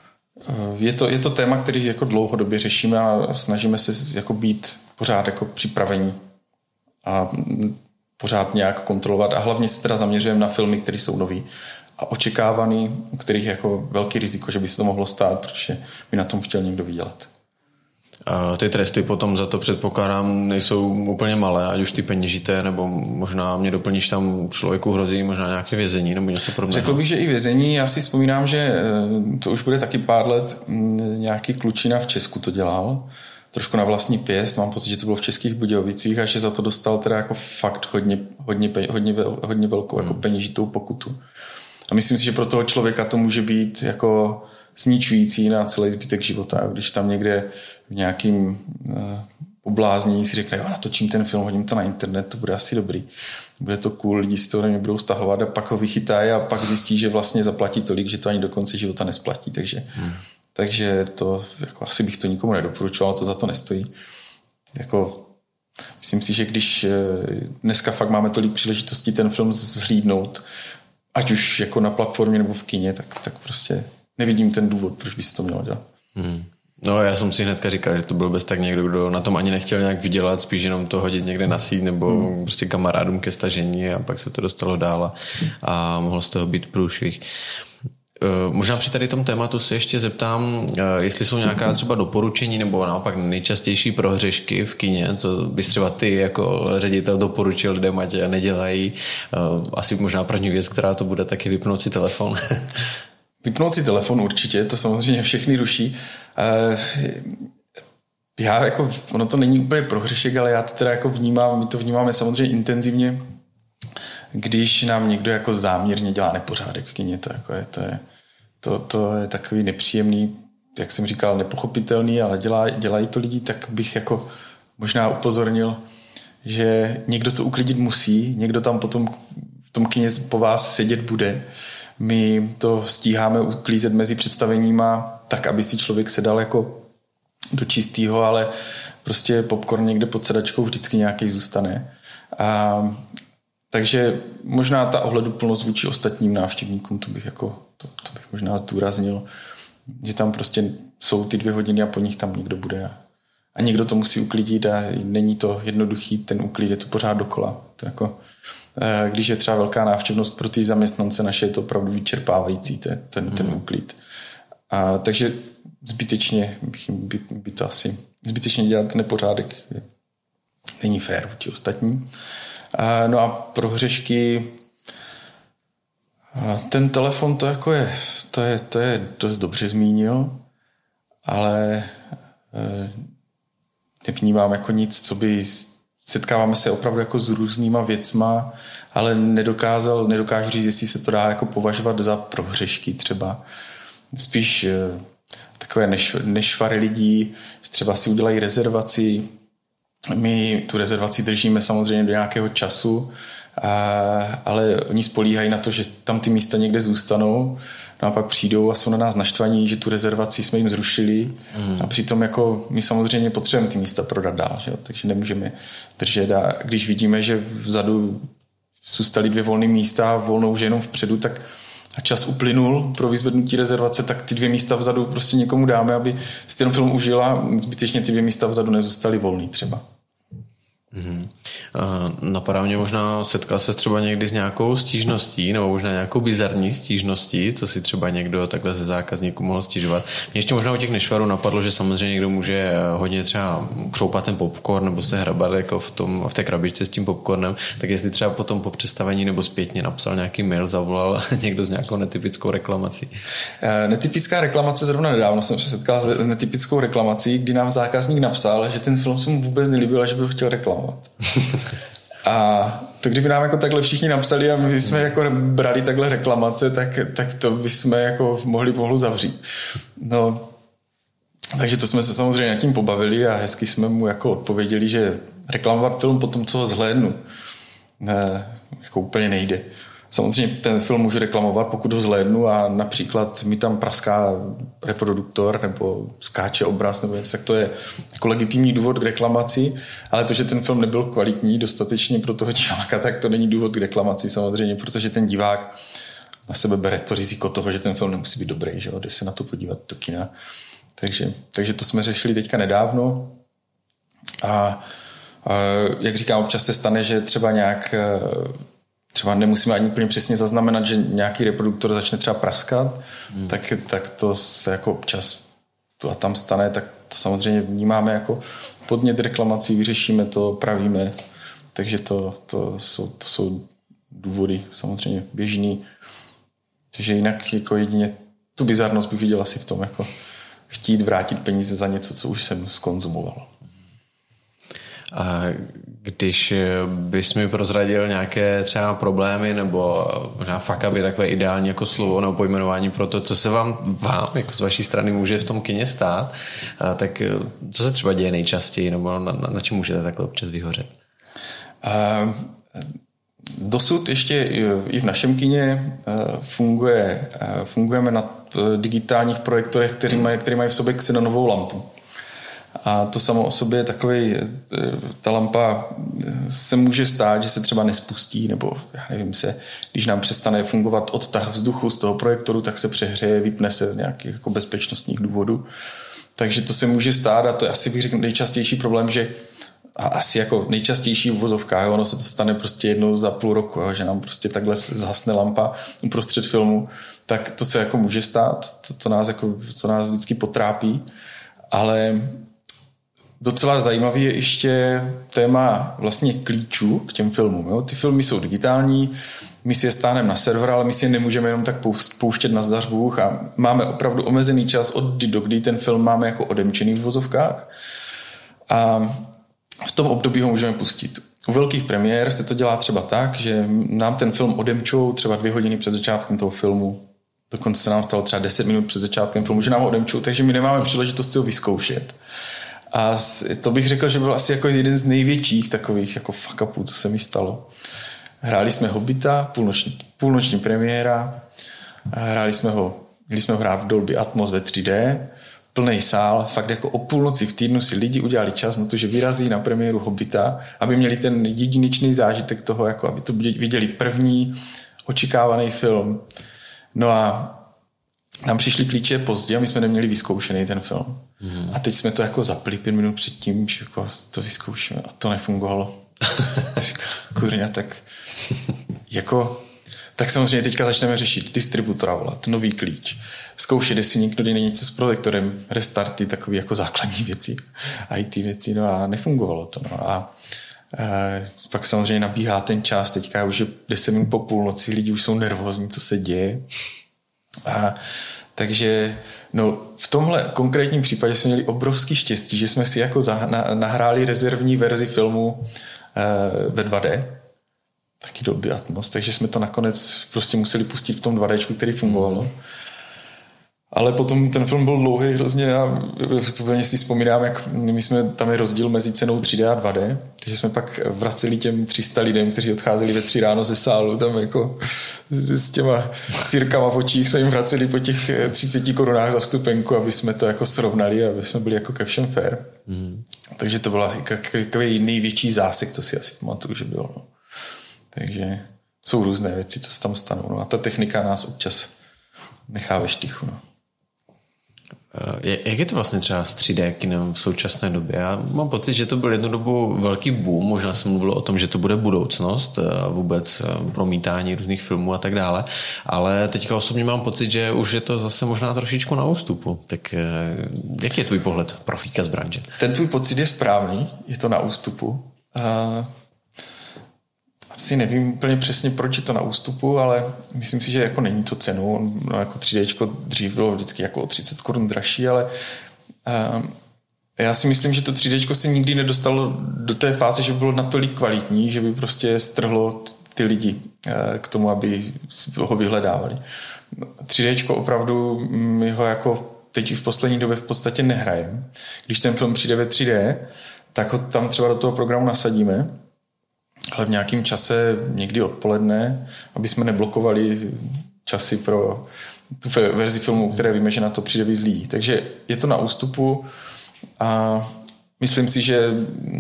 Je to, je to téma, který jako dlouhodobě řešíme a snažíme se jako být pořád jako připravení a pořád nějak kontrolovat a hlavně se teda zaměřujeme na filmy, které jsou nový a očekávaný, u kterých je jako velký riziko, že by se to mohlo stát, protože by na tom chtěl někdo vydělat.
A ty tresty potom za to předpokládám nejsou úplně malé, ať už ty peněžité, nebo možná mě doplníš, tam člověku hrozí možná nějaké vězení nebo něco podobného.
Řekl bych, že i vězení. Já si vzpomínám, že to už bude taky pár let, nějaký klučina v Česku to dělal, trošku na vlastní pěst, mám pocit, že to bylo v Českých Budějovicích a že za to dostal teda jako fakt hodně, hodně, hodně, hodně velkou jako peněžitou pokutu. A myslím si, že pro toho člověka to může být jako zničující na celý zbytek života, když tam někde v nějakým uh, pobláznění si řekne, jo, natočím ten film, hodím to na internet, to bude asi dobrý. Bude to cool, lidi si to na mě budou stahovat a pak ho vychytají a pak zjistí, že vlastně zaplatí tolik, že to ani do konce života nesplatí. Takže, hmm. takže to, jako, asi bych to nikomu nedoporučoval, to za to nestojí. Jako, myslím si, že když dneska fakt máme tolik příležitostí ten film zhlídnout, ať už jako na platformě nebo v kině, tak, tak prostě nevidím ten důvod, proč by se to mělo dělat. Hmm.
No já jsem si hnedka říkal, že to byl bez tak někdo, kdo na tom ani nechtěl nějak vydělat, spíš jenom to hodit někde na síť nebo hmm. prostě kamarádům ke stažení a pak se to dostalo dál a, a mohl z toho být průšvih. Možná při tady tom tématu se ještě zeptám, jestli jsou nějaká třeba doporučení nebo naopak nejčastější prohřešky v kině, co bys třeba ty jako ředitel doporučil lidem, ať nedělají. Asi možná první věc, která to bude, taky vypnout si telefon.
Vypnout si telefon určitě, to samozřejmě všechny ruší. Já jako, ono to není úplně prohřešek, ale já to teda jako vnímám, my to vnímáme samozřejmě intenzivně, když nám někdo jako záměrně dělá nepořádek v kině, to, jako je, to, je, to, to je takový nepříjemný, jak jsem říkal, nepochopitelný, ale dělá, dělají to lidi, tak bych jako možná upozornil, že někdo to uklidit musí, někdo tam potom v tom kině po vás sedět bude. My to stíháme uklízet mezi představeníma tak, aby si člověk sedal jako do čistýho, ale prostě popcorn někde pod sedačkou vždycky nějaký zůstane. A, takže možná ta ohleduplnost vůči ostatním návštěvníkům, to bych, jako, to, to bych možná zdůraznil, že tam prostě jsou ty dvě hodiny a po nich tam někdo bude. A, a někdo to musí uklidit a není to jednoduchý, ten uklid je to pořád dokola. To jako, když je třeba velká návštěvnost pro ty zaměstnance naše, je to opravdu vyčerpávající ten, ten, ten úklid. A, takže zbytečně by, by to asi zbytečně dělat nepořádek není fér vůči ostatním. A, no a pro hřešky a ten telefon to jako je to je, to je dost dobře zmínil, ale e, nevnímám jako nic, co by setkáváme se opravdu jako s různýma věcma, ale nedokázal, nedokážu říct, jestli se to dá jako považovat za prohřešky třeba. Spíš e, takové neš, nešvary lidí, že třeba si udělají rezervaci. My tu rezervaci držíme samozřejmě do nějakého času, a, ale oni spolíhají na to, že tam ty místa někde zůstanou. No a pak přijdou a jsou na nás naštvaní, že tu rezervaci jsme jim zrušili mm. a přitom jako my samozřejmě potřebujeme ty místa prodat dál, že jo? Takže nemůžeme držet a když vidíme, že vzadu zůstaly dvě volné místa a volnou ženou vpředu, tak a čas uplynul pro vyzvednutí rezervace, tak ty dvě místa vzadu prostě někomu dáme, aby si ten film užila, zbytečně ty dvě místa vzadu nezůstaly volný třeba.
Mm-hmm. Napadá mě možná, setkal se třeba někdy s nějakou stížností nebo možná nějakou bizarní stížností, co si třeba někdo takhle ze zákazníků mohl stížovat. Mě ještě možná u těch nešvarů napadlo, že samozřejmě někdo může hodně třeba křoupat ten popcorn nebo se hrabat jako v, tom, v té krabičce s tím popcornem, tak jestli třeba potom po představení nebo zpětně napsal nějaký mail, zavolal někdo s nějakou netypickou reklamací.
Netypická reklamace zrovna nedávno jsem se setkal s netypickou reklamací, kdy nám zákazník napsal, že ten film se mu vůbec nelíbil a že by ho chtěl reklamovat. A to kdyby nám jako takhle všichni napsali a my jsme jako brali takhle reklamace, tak, tak to bychom jako mohli pohlu zavřít. No, takže to jsme se samozřejmě nad tím pobavili a hezky jsme mu jako odpověděli, že reklamovat film po tom, co ho zhlédnu, ne, jako úplně nejde. Samozřejmě ten film můžu reklamovat, pokud ho zhlédnu a například mi tam praská reproduktor nebo skáče obraz nebo něco, tak to je jako legitimní důvod k reklamaci, ale to, že ten film nebyl kvalitní dostatečně pro toho diváka, tak to není důvod k reklamaci samozřejmě, protože ten divák na sebe bere to riziko toho, že ten film nemusí být dobrý, že jo, jde se na to podívat do kina. Takže, takže to jsme řešili teďka nedávno a, a jak říkám, občas se stane, že třeba nějak třeba nemusíme ani úplně přesně zaznamenat, že nějaký reproduktor začne třeba praskat, hmm. tak, tak to se jako občas tu a tam stane, tak to samozřejmě vnímáme jako podnět reklamací, vyřešíme to, pravíme, takže to, to, jsou, to jsou důvody samozřejmě běžný. Takže jinak jako jedině tu bizarnost bych viděl asi v tom, jako chtít vrátit peníze za něco, co už jsem skonzumoval.
A když bys mi prozradil nějaké třeba problémy nebo možná fuck up je takové ideální jako slovo nebo pojmenování pro to, co se vám, vám jako z vaší strany může v tom kině stát, tak co se třeba děje nejčastěji nebo na, na, na čem můžete takhle občas vyhořet?
Uh, dosud ještě i v našem kině funguje, fungujeme na digitálních projektorech, které mají, které mají v sobě xenonovou lampu. A to samo o sobě takový, ta lampa se může stát, že se třeba nespustí, nebo já nevím se, když nám přestane fungovat odtah vzduchu z toho projektoru, tak se přehřeje, vypne se z nějakých jako bezpečnostních důvodů. Takže to se může stát a to je asi bych řekl nejčastější problém, že a asi jako nejčastější uvozovka, ono se to stane prostě jednou za půl roku, jo, že nám prostě takhle zhasne lampa uprostřed filmu, tak to se jako může stát, to, to, nás, jako, to nás vždycky potrápí, ale docela zajímavý je ještě téma vlastně klíčů k těm filmům. Jo. Ty filmy jsou digitální, my si je stáhneme na server, ale my si je nemůžeme jenom tak pouštět na zdař Bůh a máme opravdu omezený čas od kdy do kdy ten film máme jako odemčený v vozovkách a v tom období ho můžeme pustit. U velkých premiér se to dělá třeba tak, že nám ten film odemčou třeba dvě hodiny před začátkem toho filmu. Dokonce se nám stalo třeba deset minut před začátkem filmu, že nám ho odemčou, takže my nemáme příležitost si ho vyzkoušet. A to bych řekl, že byl asi jako jeden z největších takových jako fuck upů, co se mi stalo. Hráli jsme Hobita, půlnoční, půlnoční premiéra, hráli jsme ho, měli jsme ho hrát v Dolby Atmos ve tři dé, plný sál, fakt jako o půlnoci v týdnu si lidi udělali čas na to, že vyrazí na premiéru Hobita, aby měli ten jedinečný zážitek toho, jako aby to viděli první očekávaný film. No a nám přišli klíče pozdě a my jsme neměli vyzkoušený ten film. Mm. A teď jsme to jako zapli pět minut předtím, že jako to vyzkoušíme a to nefungovalo. Kurňa, tak jako tak samozřejmě teďka začneme řešit distributora, volat, nový klíč, zkoušet, jestli někdo jde něco s projektorem, restarty, takové jako základní věci, í té věci, no a nefungovalo to. No a e, pak samozřejmě nabíhá ten čas, teďka už je deset minut po půlnoci, lidi už jsou nervózní, co se děje. A takže no, v tomhle konkrétním případě jsme měli obrovský štěstí, že jsme si jako zahna, nahráli rezervní verzi filmu e, ve dva dé, taky Dolby Atmos, takže jsme to nakonec prostě museli pustit v tom dva déčku, který fungovalo. Ale potom ten film byl dlouhý hrozně a úplně si vzpomínám, jak my jsme, tam je rozdíl mezi cenou tři dé a dva dé, takže jsme pak vraceli těm tři sta lidem, kteří odcházeli ve tři ráno ze sálu, tam jako s těma sírkama v očích jsme jim vraceli po těch třiceti korunách za vstupenku, aby jsme to jako srovnali, aby jsme byli jako ke všem fair. Mm. Takže to byl takový největší zásek, co si asi pamatuju, že bylo. No. Takže jsou různé věci, co se tam stanou. No. A ta technika nás občas nechá ve štychu. No.
Jak je to vlastně třeba s tři dé kinem v současné době? Já mám pocit, že to byl jednu dobu velký boom, možná se mluvilo o tom, že to bude budoucnost, vůbec promítání různých filmů a tak dále, ale teďka osobně mám pocit, že už je to zase možná trošičku na ústupu. Tak jaký je tvůj pohled profíka z branže?
Ten tvůj pocit je správný, je to na ústupu. Asi nevím úplně přesně, proč je to na ústupu, ale myslím si, že jako není to cenu. No, jako tři déčko dřív bylo vždycky jako o třicet korun dražší, ale uh, já si myslím, že to tři déčko se nikdy nedostalo do té fáze, že bylo natolik kvalitní, že by prostě strhlo ty lidi uh, k tomu, aby ho vyhledávali. tři déčko opravdu my ho jako teď v poslední době v podstatě nehrajem. Když ten film přijde ve tři dé, tak ho tam třeba do toho programu nasadíme, ale v nějakém čase, někdy odpoledne, aby jsme neblokovali časy pro tu verzi filmu, které víme, že na to přijde víc lidí. Takže je to na ústupu a myslím si, že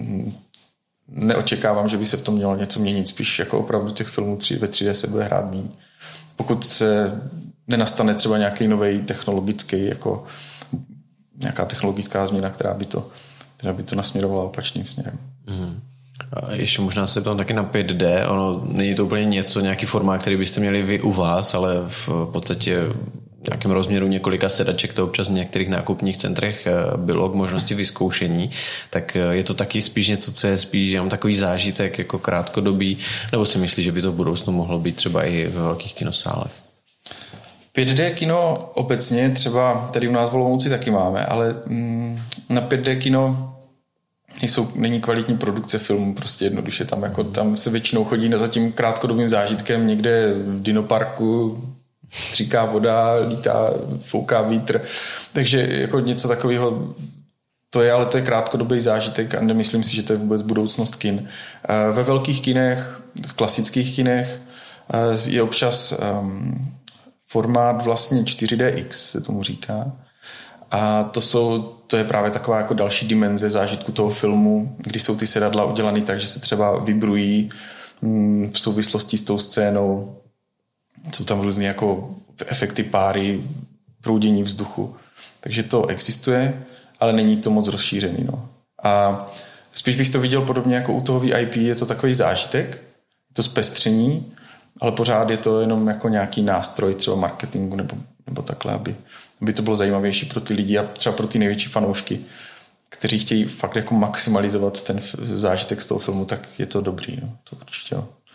neočekávám, že by se v tom mělo něco měnit. Spíš jako opravdu těch filmů ve tři dé se bude hrát míň. Pokud se nenastane třeba nějaký nový technologický, jako nějaká technologická změna, která by to, která by to nasměrovala opačným směrem. Mm.
A ještě možná se tam taky na pět dé, ono není to úplně něco, nějaký formát, který byste měli vy u vás, ale v podstatě v nějakém rozměru několika sedaček to občas v některých nákupních centrech bylo k možnosti vyzkoušení, tak je to taky spíš něco, co je spíš jenom takový zážitek jako krátkodobý, nebo si myslíš, že by to v budoucnu mohlo být třeba i ve velkých kinosálech?
pět dé kino obecně, třeba tady u nás v Olomouci taky máme, ale mm, na pět dé kino Nejsou, není kvalitní produkce filmů, prostě jednoduše tam, jako, tam se většinou chodí za tím krátkodobým zážitkem někde v dinoparku, stříká voda, lítá, fouká vítr, takže jako něco takového to je, ale to je krátkodobý zážitek a nemyslím si, že to je vůbec budoucnost kin. Ve velkých kinech, v klasických kinech je občas um, formát vlastně čtyři dé iks, se tomu říká. A to, jsou, to je právě taková jako další dimenze zážitku toho filmu, kdy jsou ty sedadla udělané tak, že se třeba vibrují v souvislosti s tou scénou. Jsou tam různé jako efekty páry, proudění vzduchu. Takže to existuje, ale není to moc rozšířený. No. A spíš bych to viděl podobně jako u toho V I P, je to takový zážitek, je to zpestření, ale pořád je to jenom jako nějaký nástroj třeba marketingu nebo, nebo takhle, aby aby to bylo zajímavější pro ty lidi a třeba pro ty největší fanoušky, kteří chtějí fakt jako maximalizovat ten zážitek z toho filmu, tak je to dobrý. No. To určitě.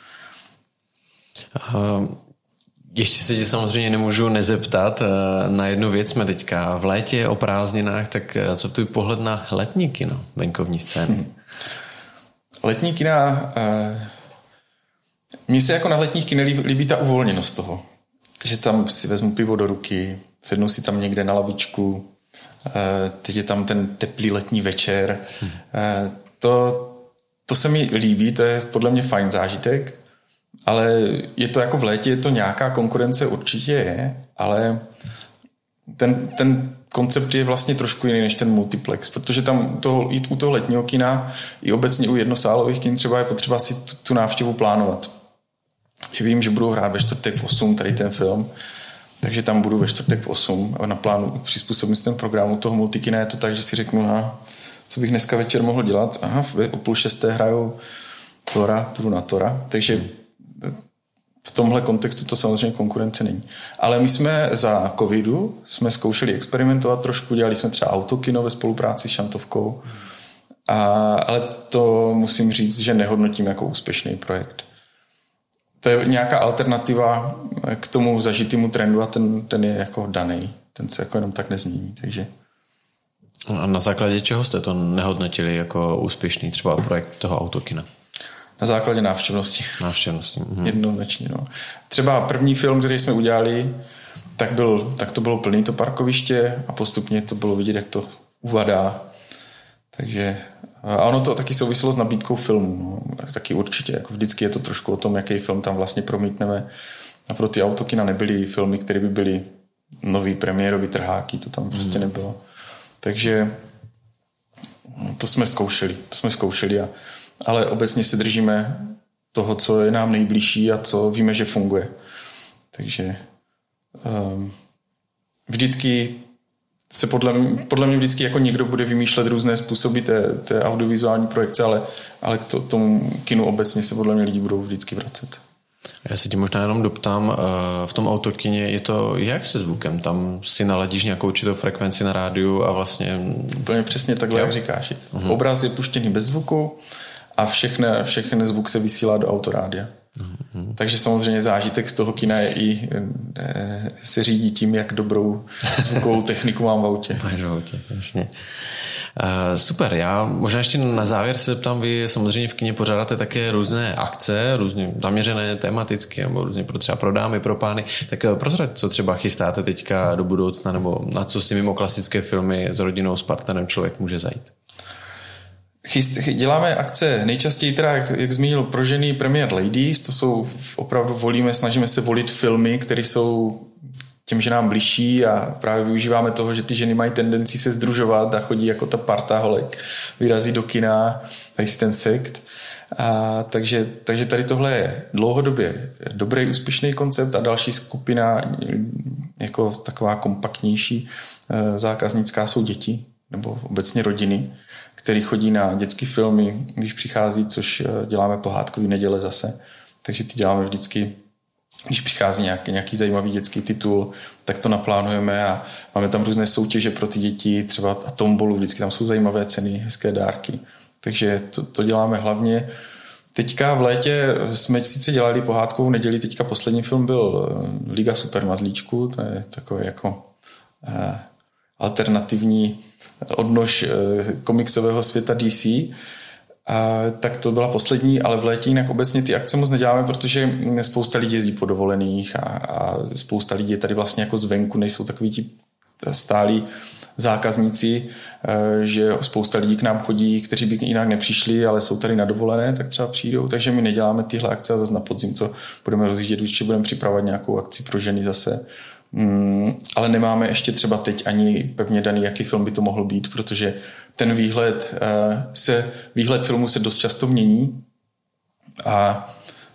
Uh, ještě se tě samozřejmě nemůžu nezeptat. Na jednu věc jsme teďka v létě o prázdninách, tak co tvůj pohled na letní kino, venkovní scény? Hmm.
Letní kina... Uh, mně se jako na letních kinech líbí, líbí ta uvolněnost toho. Že tam si vezmu pivo do ruky, sednu si tam někde na lavičku, teď je tam ten teplý letní večer. Hmm. To, to se mi líbí, to je podle mě fajn zážitek, ale je to jako v létě, je to nějaká konkurence, určitě je, ale ten, ten koncept je vlastně trošku jiný než ten multiplex, protože tam toho, jít u toho letního kina i obecně u jednosálových kin třeba je potřeba si tu, tu návštěvu plánovat. Že vím, že budu hrát ve čtvrtek v osm tady ten film, takže tam budu ve čtvrtek v osm a na plánu přizpůsobím si ten program. U toho multikina je to tak, že si řeknu, aha, co bych dneska večer mohl dělat. Aha, o půl šesté hraju Tora, půjdu na Tora. Takže v tomhle kontextu to samozřejmě konkurence není. Ale my jsme za covidu jsme zkoušeli experimentovat trošku, dělali jsme třeba autokino ve spolupráci s Šantovkou, a, ale to musím říct, že nehodnotím jako úspěšný projekt. To je nějaká alternativa k tomu zažitému trendu a ten, ten je jako daný. Ten se jako jenom tak nezmění. Takže.
A na základě čeho jste to nehodnotili jako úspěšný třeba projekt toho autokina?
Na základě návštěvnosti.
Návštěvnosti. Mhm.
Jednoznačně. No. Třeba první film, který jsme udělali, tak, byl, tak to bylo plný to parkoviště a postupně to bylo vidět, jak to uvadá. Takže a ono to taky souviselo s nabídkou filmu. No. Taky určitě. Jako vždycky je to trošku o tom, jaký film tam vlastně promítneme. A pro ty autokina nebyly filmy, které by byly nový premiérový trháky. To tam prostě hmm. nebylo. Takže to jsme zkoušeli. To jsme zkoušeli. A, ale obecně se držíme toho, co je nám nejbližší a co víme, že funguje. Takže um, vždycky se podle mě, podle mě vždycky jako někdo bude vymýšlet různé způsoby té, té audiovizuální projekce, ale, ale k to, tomu kinu obecně se podle mě lidi budou vždycky vracet.
Já se ti možná jenom doptám, v tom autokině je to jak se zvukem? Tam si naladíš nějakou určitou frekvenci na rádiu a vlastně...
Úplně přesně takhle, jo? Jak říkáš. Uh-huh. Obraz je puštěný bez zvuku a všechny, všechny zvuk se vysílá do autorádia. Mm-hmm. Takže samozřejmě zážitek z toho kina je i e, se řídí tím, jak dobrou zvukovou techniku mám v autě.
Máš v autě, jasně. Uh, super, já možná ještě na závěr se zeptám, vy samozřejmě v kině pořádáte také různé akce, různě zaměřené tematicky, nebo různě pro třeba pro dámy, pro pány, tak prozrať, co třeba chystáte teďka do budoucna, nebo na co si mimo klasické filmy s rodinou, s partnerem člověk může zajít?
Chyst, děláme akce nejčastěji teda, jak, jak zmínil, pro ženy Premier Ladies, to jsou opravdu volíme, snažíme se volit filmy, které jsou těm ženám bližší a právě využíváme toho, že ty ženy mají tendenci se sdružovat a chodí jako ta parta holek, vyrazí do kina, tady si ten sekt. A takže, takže tady tohle je dlouhodobě dobrý, úspěšný koncept a další skupina jako taková kompaktnější zákaznická jsou děti nebo obecně rodiny, který chodí na dětské filmy, když přichází, což děláme pohádkový neděle zase. Takže ty děláme vždycky, když přichází nějaký, nějaký zajímavý dětský titul, tak to naplánujeme a máme tam různé soutěže pro ty děti, třeba a tombolu, vždycky tam jsou zajímavé ceny, hezké dárky. Takže to, to děláme hlavně. Teďka v létě jsme sice dělali pohádkovou neděli, teďka poslední film byl Liga supermazlíčků, to je takový jako eh, alternativní odnož komiksového světa D C, a tak to byla poslední, ale v létě jinak obecně ty akce moc neděláme, protože spousta lidí jezdí po dovolených a, a spousta lidí je tady vlastně jako zvenku, nejsou takový ti stálí zákazníci, že spousta lidí k nám chodí, kteří by jinak nepřišli, ale jsou tady na dovolené, tak třeba přijdou, takže my neděláme tyhle akce a zase na podzim to budeme rozjíždět, určitě budeme připravovat nějakou akci pro ženy zase. Mm, ale nemáme ještě třeba teď ani pevně daný, jaký film by to mohl být, protože ten výhled uh, se, výhled filmu se dost často mění a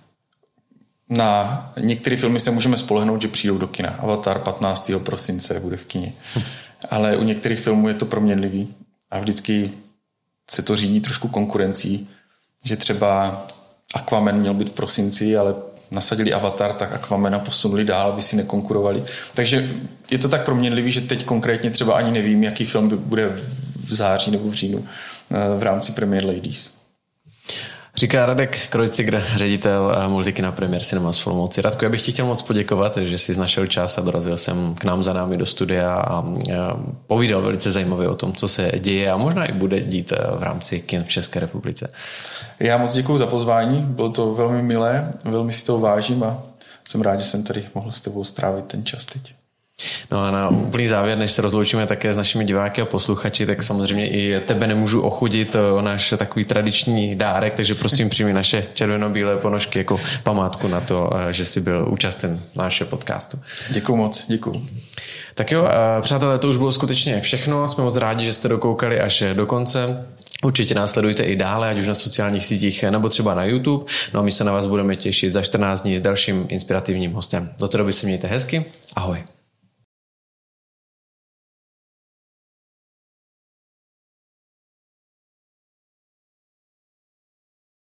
na některé filmy se můžeme spolehnout, že přijdou do kina. Avatar patnáctého prosince bude v kině. Ale u některých filmů je to proměnlivý a vždycky se to řídí trošku konkurencí, že třeba Aquaman měl být v prosinci, ale nasadili Avatar, tak Aquamana posunuli dál, aby si nekonkurovali. Takže je to tak proměnlivý, že teď konkrétně třeba ani nevím, jaký film bude v září nebo v říjnu v rámci Premier Ladies.
Říká Radek Kreuziger, ředitel Multikina Premier Cinemas v Olomouci. Radku, já bych ti chtěl moc poděkovat, že jsi našel čas a dorazil jsem k nám za námi do studia a povídal velice zajímavě o tom, co se děje a možná i bude dít v rámci kin v České republice.
Já moc děkuju za pozvání, bylo to velmi milé, velmi si toho vážím a jsem rád, že jsem tady mohl s tebou strávit ten čas teď.
No a na úplný závěr, než se rozloučíme také s našimi diváky a posluchači, tak samozřejmě i tebe nemůžu ochudit o náš takový tradiční dárek, takže prosím přijmi naše červeno-bílé ponožky jako památku na to, že jsi byl účasten našeho podcastu.
Děkuju moc, děkuju.
Tak jo, přátelé, to už bylo skutečně všechno. Jsme moc rádi, že jste dokoukali až do konce. Určitě nás sledujte i dále, ať už na sociálních sítích nebo třeba na YouTube. No a my se na vás budeme těšit za čtrnáct dní s dalším inspirativním hostem. Do té doby se mějte hezky. Ahoj.